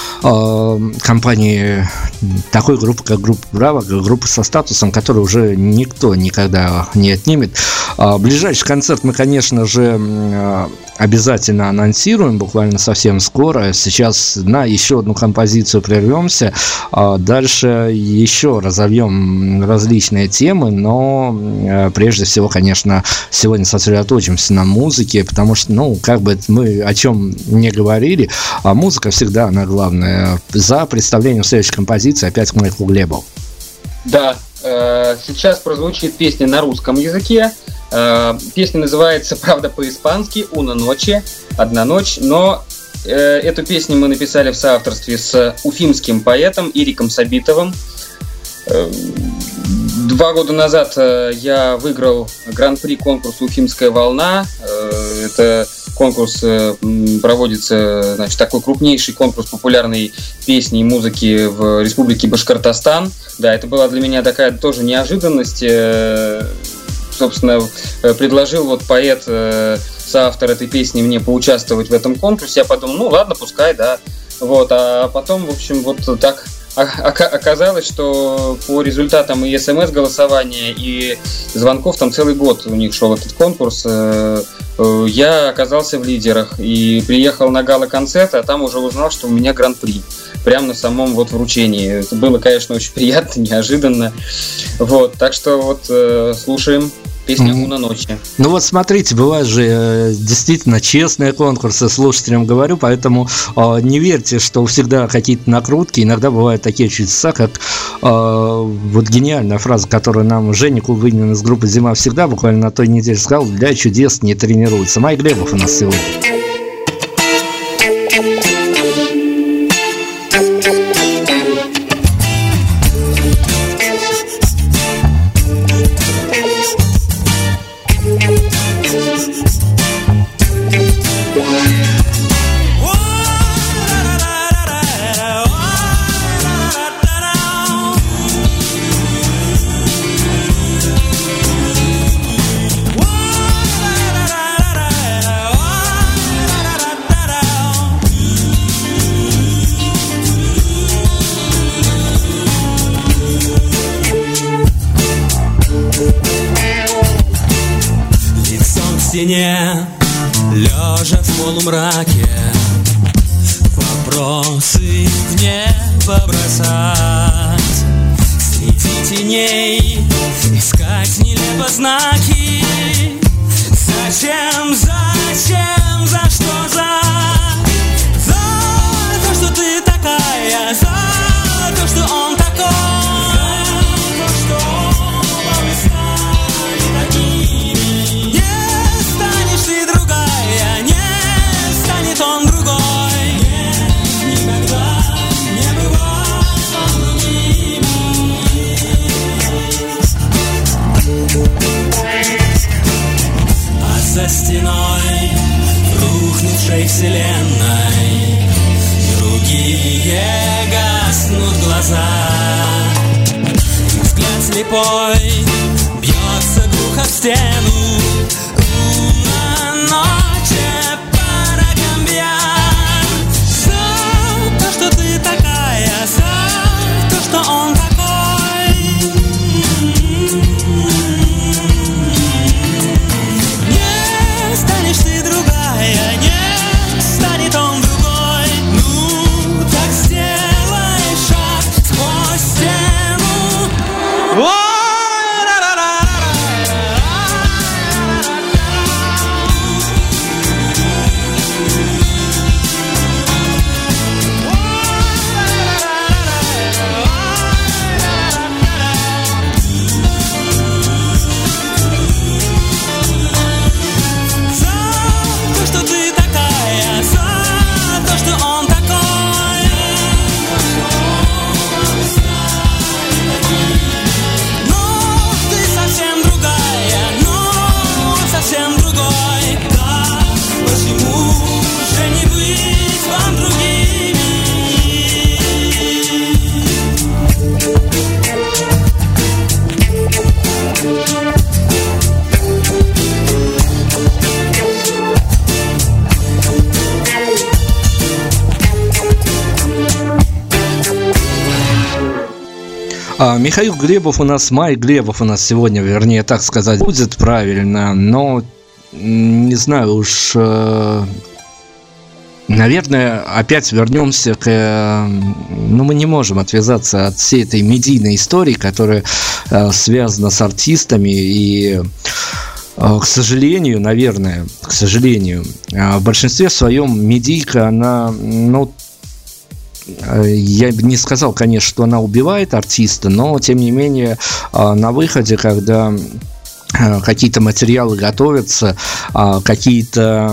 компании такой группы, как группа «Браво», как группа со статусом, которую уже никто никогда не отнимет. Ближайший концерт мы, конечно же, обязательно анонсируем буквально совсем скоро. Сейчас на еще одну композицию прервемся, дальше еще разовьем различные темы, но прежде всего, конечно, сегодня сосредоточимся на музыке, потому что, ну, как бы мы о чем не говорили, музыка всегда она главная. За представлением следующей композиции опять к Майклу Глебову. Да, сейчас прозвучит песня на русском языке. Песня называется, правда, по-испански «Una noche», «Одна ночь», но эту песню мы написали в соавторстве с уфимским поэтом Ириком Сабитовым. 2 года назад я выиграл гран-при конкурса «Уфимская волна». Это конкурс проводится, значит, такой крупнейший конкурс популярной песни и музыки в Республике Башкортостан. Да, это была для меня такая тоже неожиданность. Собственно, предложил вот поэт, соавтор этой песни, мне поучаствовать в этом конкурсе. Я подумал, ну ладно, пускай, да. Вот, а потом, в общем, вот так оказалось, что по результатам и СМС-голосования, и звонков, там целый год у них шел этот конкурс, я оказался в лидерах и приехал на гала-концерт, а там уже узнал, что у меня гран-при. Прямо на самом вот вручении. Это было, конечно, очень приятно, неожиданно. Вот, так что вот слушаем песню «Una noche». Ну вот смотрите, бывают же действительно честные конкурсы, слушателям говорю, поэтому не верьте, что всегда какие-то накрутки. Иногда бывают такие чудеса, как вот гениальная фраза, которую нам Женя Кубынин из группы «Зима всегда» буквально на той неделе сказал: для чудес не тренируется. Майк Глебов у нас сегодня. стене, лежа в полумраке, вопросы в небо бросать, среди теней искать нелепо знаки. Зачем, за что, за то, что ты такая, за то, что он такой, за то, что мы стали такими. Не станешь ты другая, не станет он другой. Нет, никогда не бывает он другим. А за стеной рухнувшей вселенной другие гаснут глаза. Взгляд слепой бьется глухо в стену. Una noche para cambiar. За то, что ты такая, за то, что он такой. Не станешь ты другая, не станет он другой. Ну, так сделай шаг сквозь стену. За то, что ты такая, за то, что он такой. Но ты совсем другая, но он совсем другой. Да, почему же не быть вам другими? Михаил Глебов у нас, Майк Глебов у нас сегодня, вернее, так сказать, будет правильно, но не знаю уж, наверное, опять вернемся к... Ну, мы не можем отвязаться от всей этой медийной истории, которая связана с артистами, и, к сожалению, наверное, в большинстве своем медийка, она, ну, я бы не сказал, конечно, что она убивает артиста, но, тем не менее, на выходе, когда какие-то материалы готовятся, какие-то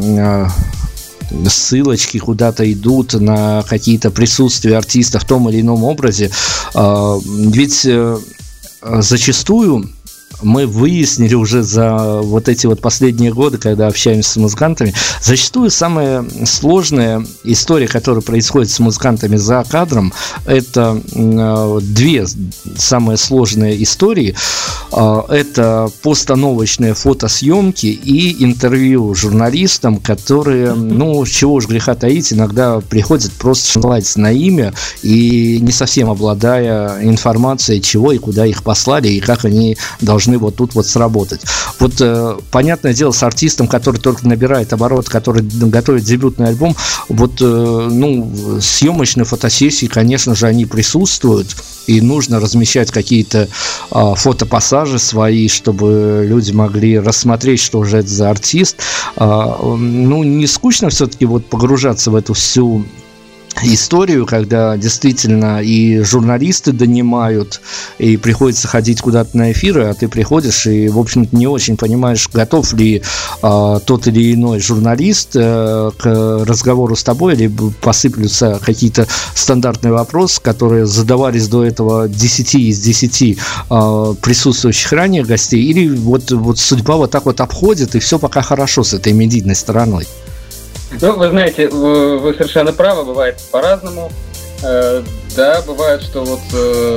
ссылочки куда-то идут на какие-то присутствия артиста в том или ином образе, ведь зачастую мы выяснили уже за вот эти вот последние годы, когда общаемся с музыкантами, зачастую самая сложная история, которая происходит с музыкантами за кадром, это две самые сложные истории. Это постановочные фотосъемки и интервью журналистам, которые, ну, чего уж греха таить, иногда приходят просто ссылаться на имя и не совсем обладая информацией, чего и куда их послали, и как они должны вот тут вот сработать. Вот понятное дело, с артистом, который только набирает оборот, который готовит дебютный альбом, вот, ну, съемочные фотосессии, конечно же, они присутствуют, и нужно размещать какие-то фотопассажи свои, чтобы люди могли рассмотреть, что же это за артист. Ну, не скучно все-таки вот погружаться в эту всю историю, когда действительно и журналисты донимают, и приходится ходить куда-то на эфиры, а ты приходишь и, в общем-то, не очень понимаешь, готов ли тот или иной журналист к разговору с тобой, или посыплются какие-то стандартные вопросы, которые задавались до этого 10 из 10 присутствующих ранее гостей, или вот судьба вот так вот обходит, и все пока хорошо с этой медийной стороной. Ну, вы знаете, вы совершенно правы, бывает по-разному. Да, бывает, что вот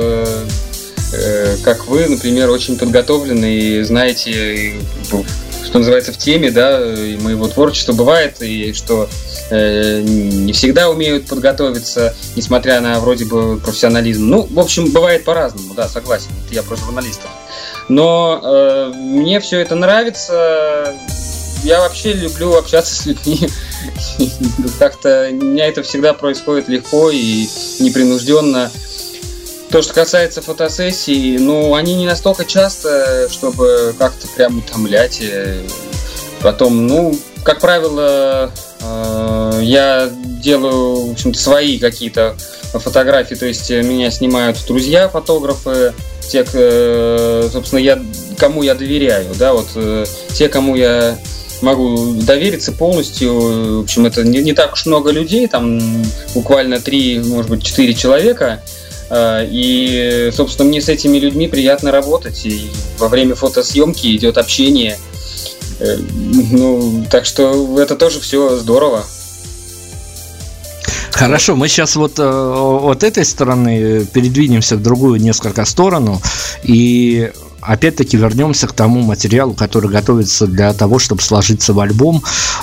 как вы, например, очень подготовлены и знаете, что называется, в теме, да, моего творчества бывает, и что не всегда умеют подготовиться, несмотря на вроде бы профессионализм. Ну, в общем, бывает по-разному, да, согласен, это я про журналистов. Но мне все это нравится. я вообще люблю общаться с людьми. Как-то у меня это всегда происходит легко и непринужденно. То, что касается фотосессий, ну, они не настолько часто, чтобы как-то прям утомлять. Потом, ну, как правило, я делаю, в общем-то, свои какие-то фотографии, то есть меня снимают друзья-фотографы, те, собственно, кому я доверяю, да, вот те, кому я могу довериться полностью. В общем, это не так уж много людей, там буквально 3, может быть, 4 человека. И, собственно, мне с этими людьми приятно работать. И во время фотосъемки идет общение. Ну, так что это тоже все здорово. Хорошо, мы сейчас вот от этой стороны передвинемся в другую несколько сторону и опять-таки вернемся к тому материалу, который готовится для того, чтобы сложиться в альбом.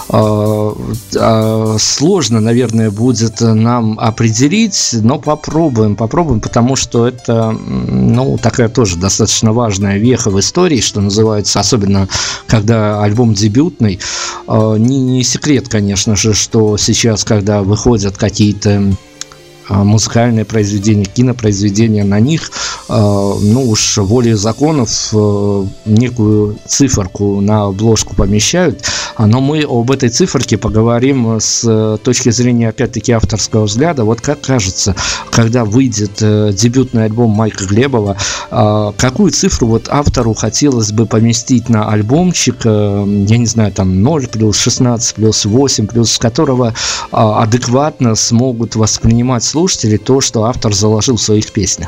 Сложно, наверное, будет нам определить, но попробуем, потому что это, ну, такая тоже достаточно важная веха в истории, что называется, особенно когда альбом дебютный. Не секрет, конечно же, что сейчас, когда выходят какие-то музыкальные произведения, кинопроизведения, на них, ну уж волей законов, некую циферку на обложку помещают. Но мы об этой циферке поговорим с точки зрения, опять-таки, авторского взгляда. Вот как кажется, когда выйдет дебютный альбом Майка Глебова, какую цифру вот автору хотелось бы поместить на альбомчик, я не знаю, там 0 плюс 16 плюс 8 плюс, с которого адекватно смогут воспринимать слушатели то, что автор заложил в своих песнях?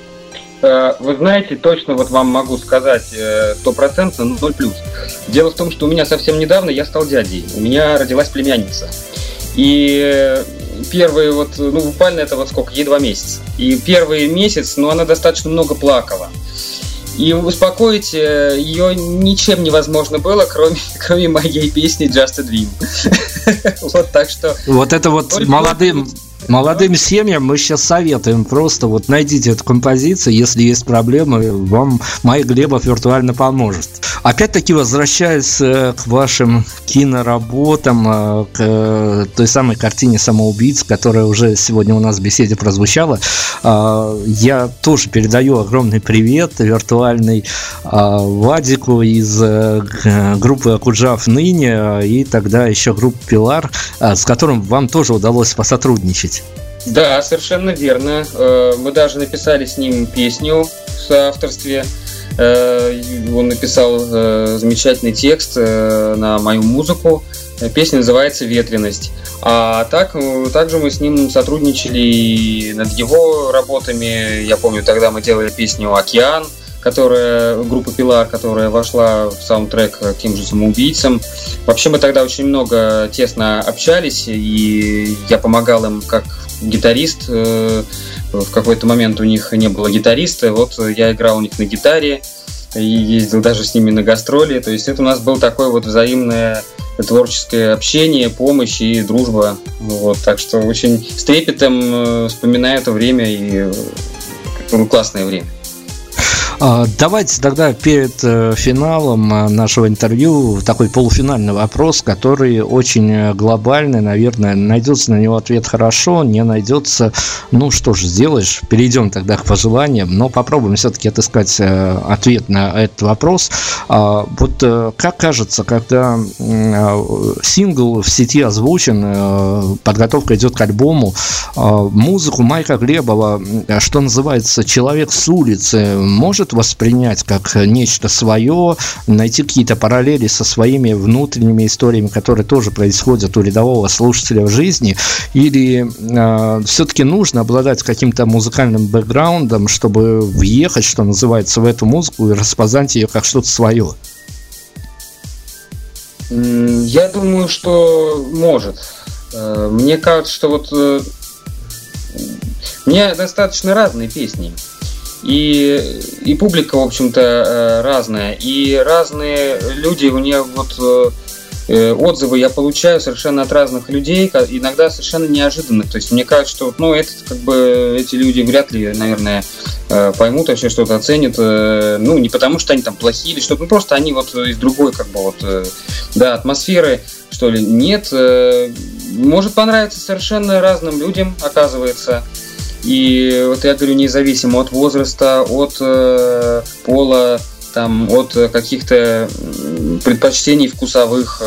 Вы знаете, точно вот вам могу сказать 100%, 0+. Дело в том, что у меня совсем недавно я стал дядей. У меня родилась племянница. И первые вот, ну буквально это вот сколько, ей 2 месяца. И первый месяц, ну она достаточно много плакала. И успокоить ее ничем невозможно было, кроме моей песни «Just a Dream». Вот так что... Вот это вот молодым семьям мы сейчас советуем, просто вот найдите эту композицию, если есть проблемы, вам Майк Глебов виртуально поможет. Опять-таки, возвращаясь к вашим киноработам, к той самой картине «Самоубийц», которая уже сегодня у нас в беседе прозвучала, я тоже передаю огромный привет виртуальный Вадику из группы «Акуджав ныне» и тогда еще группы «Пилар», с которым вам тоже удалось посотрудничать. Да, совершенно верно. Мы даже написали с ним песню в соавторстве. Он написал замечательный текст на мою музыку. Песня называется «Ветреность». А также мы с ним сотрудничали над его работами. Я помню, тогда мы делали песню «Океан», группа «Пилар», которая вошла в саундтрек к тем же «Самоубийцам». Вообще мы тогда очень много тесно общались, и я помогал им как гитарист. В какой-то момент у них не было гитариста, вот я играл у них на гитаре и ездил даже с ними на гастроли. То есть это у нас было такое вот взаимное творческое общение, помощь и дружба. Вот, так что очень с трепетом вспоминаю это время, и классное время. Давайте тогда перед финалом нашего интервью такой полуфинальный вопрос, который очень глобальный, наверное, найдется на него ответ хорошо, не найдется, ну что ж, сделаешь, перейдем тогда к пожеланиям, но попробуем все-таки отыскать ответ на этот вопрос. Вот как кажется, когда сингл в сети озвучен, подготовка идет к альбому, музыку Майка Глебова, что называется, человек с улицы, может воспринять как нечто свое, найти какие-то параллели со своими внутренними историями, которые тоже происходят у рядового слушателя в жизни, или все-таки нужно обладать каким-то музыкальным бэкграундом, чтобы въехать, что называется, в эту музыку и распознать ее как что-то свое? Я думаю, что может. Мне кажется, что вот у меня достаточно разные песни. И публика, в общем-то, разная. И разные люди, у нее вот отзывы я получаю совершенно от разных людей, иногда совершенно неожиданных. То есть мне кажется, что это как бы эти люди вряд ли, наверное, поймут вообще, что-то оценят, ну, не потому что они там плохие или что-то, ну, просто они вот из другой, как бы, вот, да, атмосферы, что ли, нет, может понравиться совершенно разным людям, оказывается, и вот я говорю, независимо от возраста, от пола, там, от каких-то предпочтений вкусовых,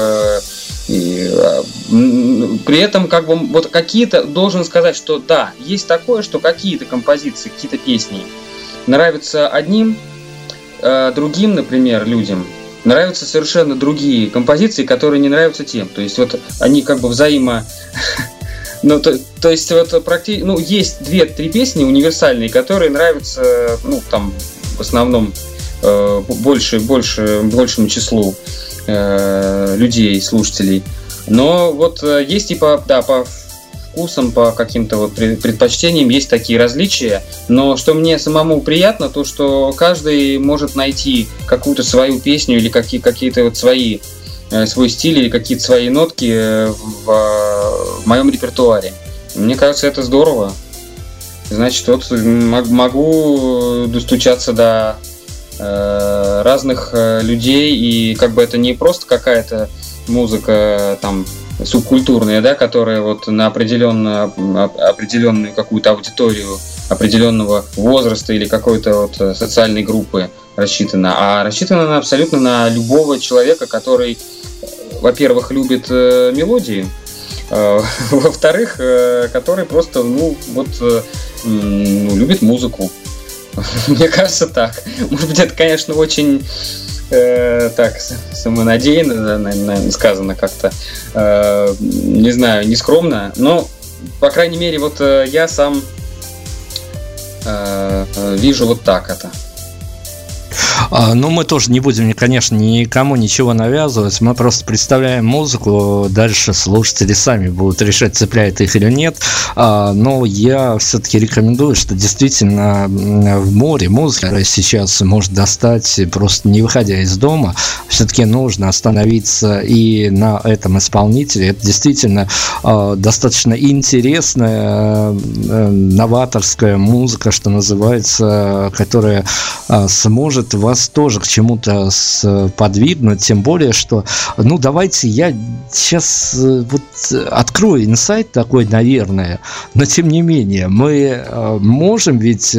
при этом, как бы, вот какие-то, должен сказать, что да, есть такое, что какие-то композиции, какие-то песни нравятся одним, другим, например, людям нравятся совершенно другие композиции, которые не нравятся тем. То есть вот они как бы ну, то есть вот практически, ну, есть 2-3 песни универсальные, которые нравятся, ну, там, в основном большему числу людей, слушателей. Но вот есть типа, да, по вкусам, по каким-то вот предпочтениям есть такие различия. Но что мне самому приятно, то что каждый может найти какую-то свою песню или какие-то вот свой стиль или какие-то свои нотки в моем репертуаре. Мне кажется, это здорово. Значит, вот могу достучаться до разных людей, и как бы это не просто какая-то музыка там субкультурная, да, которая вот на определенную какую-то аудиторию определенного возраста или какой-то вот социальной группы рассчитана, а рассчитана она абсолютно на любого человека, который, во-первых, любит мелодии, во-вторых, который просто, ну, вот, любит музыку. Мне кажется, так. Может быть, это, конечно, очень так самонадеянно, наверное, сказано как-то, не знаю, нескромно, но, по крайней мере, вот я сам вижу вот так это. Ну, мы тоже не будем, конечно, никому ничего навязывать. Мы просто представляем музыку. Дальше слушатели сами будут решать, цепляет их или нет. Но я все-таки рекомендую, что действительно в море музыка сейчас может достать, просто не выходя из дома. Все-таки нужно остановиться и на этом исполнителе. Это действительно достаточно интересная, новаторская музыка, что называется, которая сможет вас тоже к чему-то подвигнуть, тем более, что, ну, давайте я сейчас вот открою инсайт такой, наверное, но тем не менее, мы можем ведь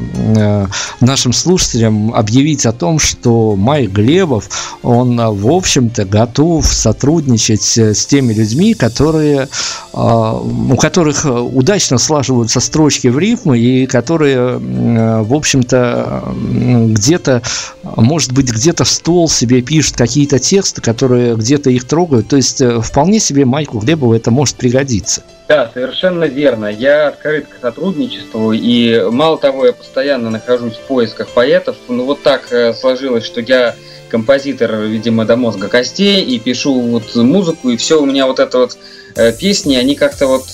нашим слушателям объявить о том, что Майк Глебов, он, в общем-то, готов сотрудничать с теми людьми, которые, у которых удачно слаживаются строчки в рифмы и которые, в общем-то, где-то, может быть, где-то в ствол себе пишут какие-то тексты, которые где-то их трогают. То есть вполне себе Майку Глебову это может пригодиться. Да, совершенно верно. Я открыт к сотрудничеству, и мало того, я постоянно нахожусь в поисках поэтов. Ну вот так сложилось, что я композитор, видимо, до мозга костей, и пишу вот музыку, и все у меня вот это вот песни, они как-то вот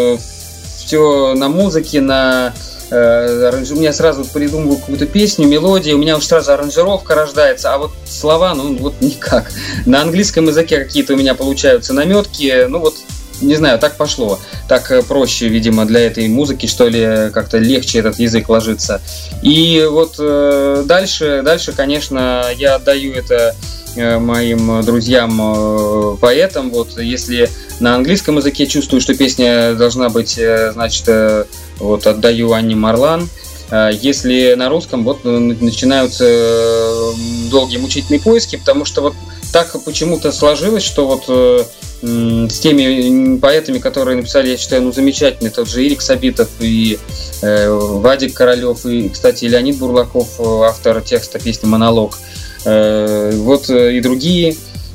все на музыке, на... У меня сразу придумываю какую-то песню, мелодию, у меня уже сразу аранжировка рождается, а вот слова, ну вот никак. На английском языке какие-то у меня получаются наметки, ну вот, не знаю, так пошло. Так проще, видимо, для этой музыки, что ли, как-то легче этот язык ложится. И вот дальше, конечно, я отдаю это моим друзьям-поэтам. Вот если на английском языке чувствую, что песня должна быть, значит, вот отдаю Анне Марлан. Если на русском, вот начинаются долгие мучительные поиски, потому что вот так почему-то сложилось, что вот с теми поэтами, которые написали, я считаю, ну, замечательный, тот же Ирик Сабитов и Вадик Королев, и, кстати, Леонид Бурлаков, автор текста песни «Монолог», вот и другие,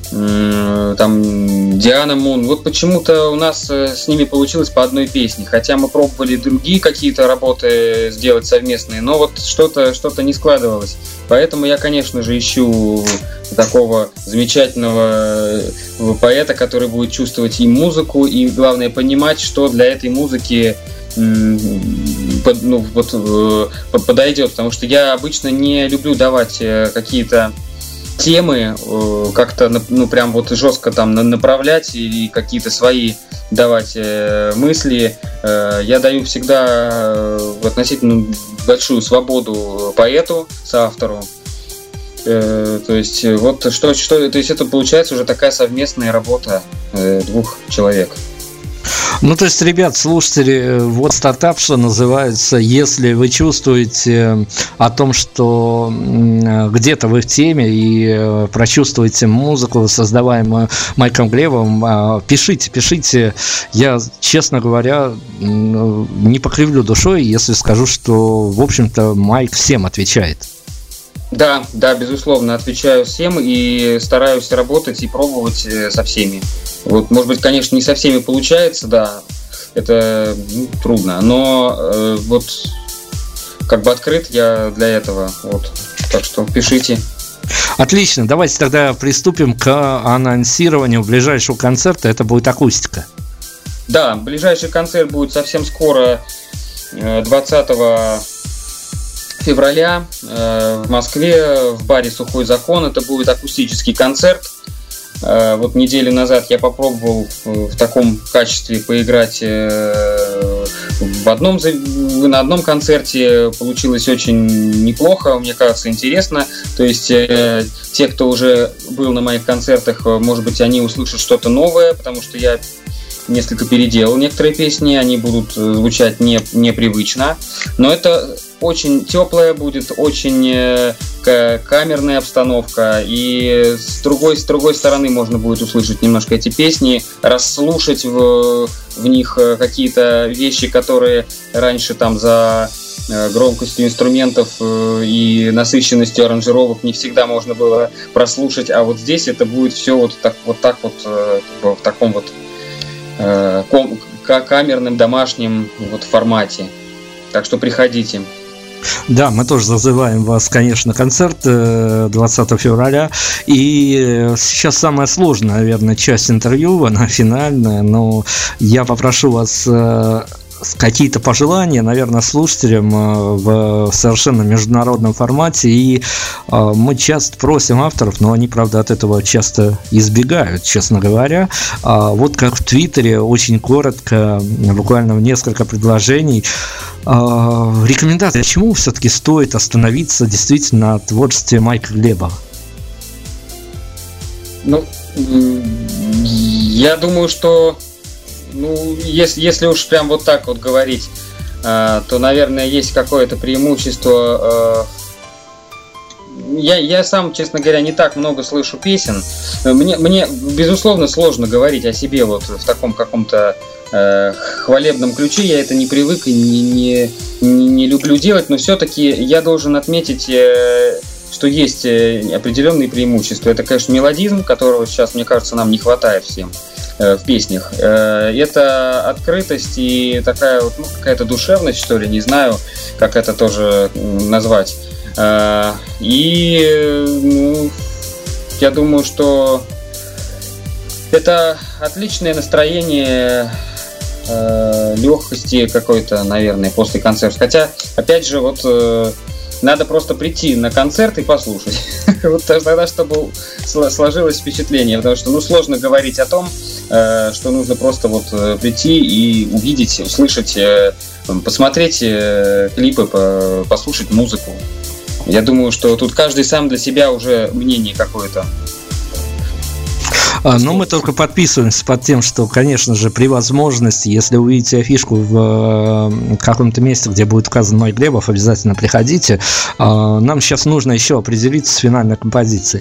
там Диана Мун, вот почему-то у нас с ними получилось по одной песне, хотя мы пробовали другие какие-то работы сделать совместные, но вот что-то не складывалось. Поэтому я, конечно же, ищу такого замечательного поэта, который будет чувствовать и музыку, и, главное, понимать, что для этой музыки подойдет, потому что я обычно не люблю давать какие-то темы как-то, ну, прям вот жестко там направлять или какие-то свои давать мысли. Я даю всегда относительно большую свободу поэту, соавтору. То есть вот то есть это получается уже такая совместная работа двух человек. Ну, то есть, ребят, слушатели, вот стартап, что называется, если вы чувствуете о том, что где-то вы в теме и прочувствуете музыку, создаваемую Майком Глебом, пишите. Я, честно говоря, не покривлю душой, если скажу, что, в общем-то, Майк всем отвечает. Да, безусловно, отвечаю всем и стараюсь работать и пробовать со всеми. Вот, может быть, конечно, не со всеми получается, да, это трудно, но вот как бы открыт я для этого, вот, так что пишите. Отлично, давайте тогда приступим к анонсированию ближайшего концерта, это будет акустика. Да, ближайший концерт будет совсем скоро, 20 февраля в Москве в баре «Сухой закон». Это будет акустический концерт. Вот неделю назад я попробовал в таком качестве поиграть на одном концерте. Получилось очень неплохо, мне кажется, интересно. То есть те, кто уже был на моих концертах, может быть, они услышат что-то новое, потому что я несколько переделал некоторые песни, они будут звучать непривычно. Но это очень теплая будет, очень камерная обстановка, и с другой стороны можно будет услышать немножко эти песни, расслушать в них какие-то вещи, которые раньше там за громкостью инструментов и насыщенностью аранжировок не всегда можно было прослушать, а вот здесь это будет все вот так в таком вот камерном домашнем вот формате. Так что приходите. Да, мы тоже зазываем вас, конечно, на концерт 20 февраля. И сейчас самая сложная, наверное, часть интервью, она финальная, но я попрошу вас какие-то пожелания, наверное, слушателям в совершенно международном формате. И мы часто просим авторов, но они, правда, от этого часто избегают, честно говоря. Вот как в Твиттере, очень коротко, буквально в несколько предложений, рекомендации, почему все-таки стоит остановиться действительно на творчестве Майка Глеба? Ну, я думаю, что если уж прям вот так вот говорить, то, наверное, есть какое-то преимущество. Я сам, честно говоря, не так много слышу песен. Мне безусловно, сложно говорить о себе вот в таком каком-то хвалебном ключе. Я это не привык и не люблю делать, но все-таки я должен отметить, что есть определенные преимущества. Это, конечно, мелодизм, которого сейчас, мне кажется, нам не хватает всем в песнях. Это открытость и такая вот, какая-то душевность, что ли, не знаю, как это тоже назвать. И я думаю, что это отличное настроение, легкости какой-то, наверное, после концерта. Хотя, опять же, вот надо просто прийти на концерт и послушать. Вот тогда, чтобы сложилось впечатление. Потому что, сложно говорить о том, что нужно просто вот прийти и увидеть, услышать, посмотреть клипы, послушать музыку. Я думаю, что тут каждый сам для себя уже мнение какое-то. Но мы только подписываемся под тем, что, конечно же, при возможности, если увидите афишку в каком-то месте, где будет указан Майк Глебов, обязательно приходите. Нам сейчас нужно еще определиться с финальной композицией.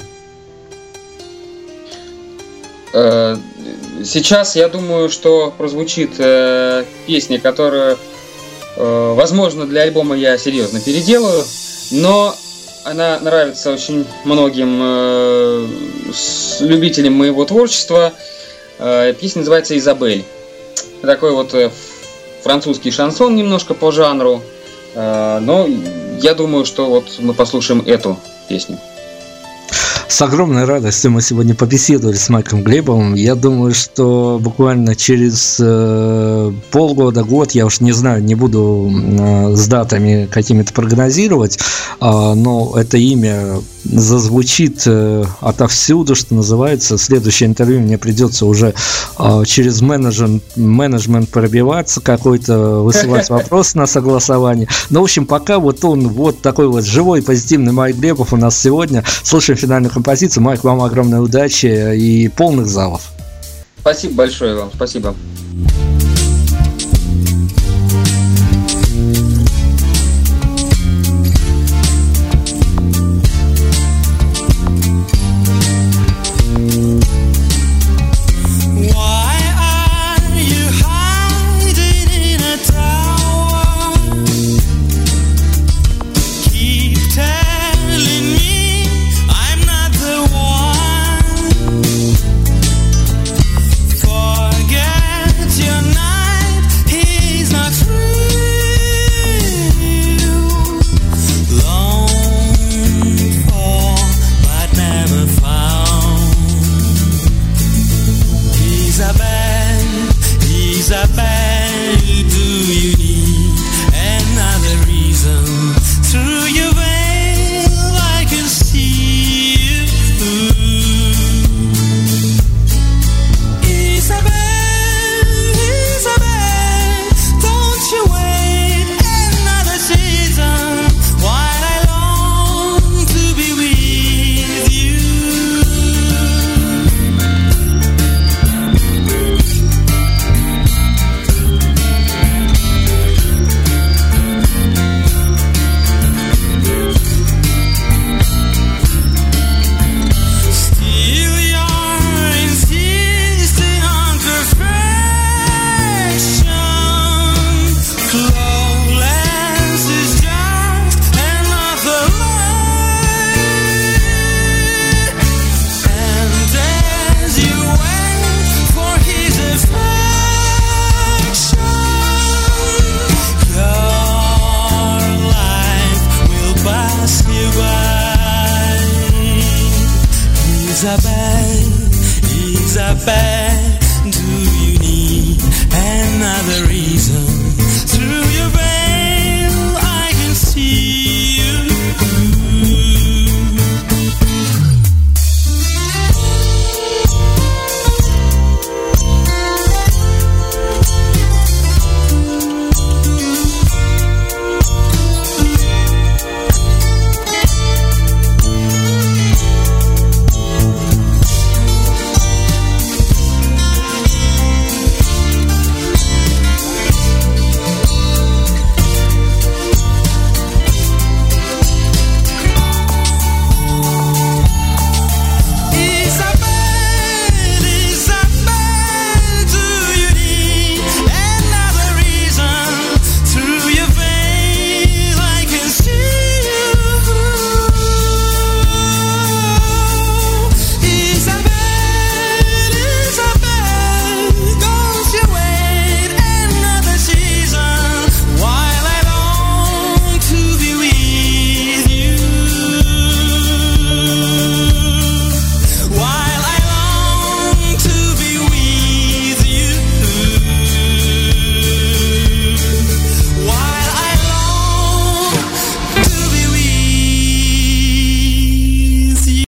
Сейчас я думаю, что прозвучит песня, которую, возможно, для альбома я серьезно переделаю, но она нравится очень многим любителям моего творчества. Песня называется «Изабель». Такой вот французский шансон немножко по жанру. Но я думаю, что вот мы послушаем эту песню. С огромной радостью мы сегодня побеседовали с Майком Глебовым. Я думаю, что буквально через полгода, год, я уж не знаю, не буду с датами какими-то прогнозировать, но это имя зазвучит отовсюду, что называется. Следующее интервью мне придется уже через менеджмент пробиваться какой-то, высылать вопрос на согласование. Но, в общем, пока вот он, вот такой вот живой, позитивный Майк Глебов у нас сегодня. Слушаем финальную композицию. Майк, вам огромной удачи и полных залов. Спасибо большое вам, спасибо. Isabel, do you need another reason through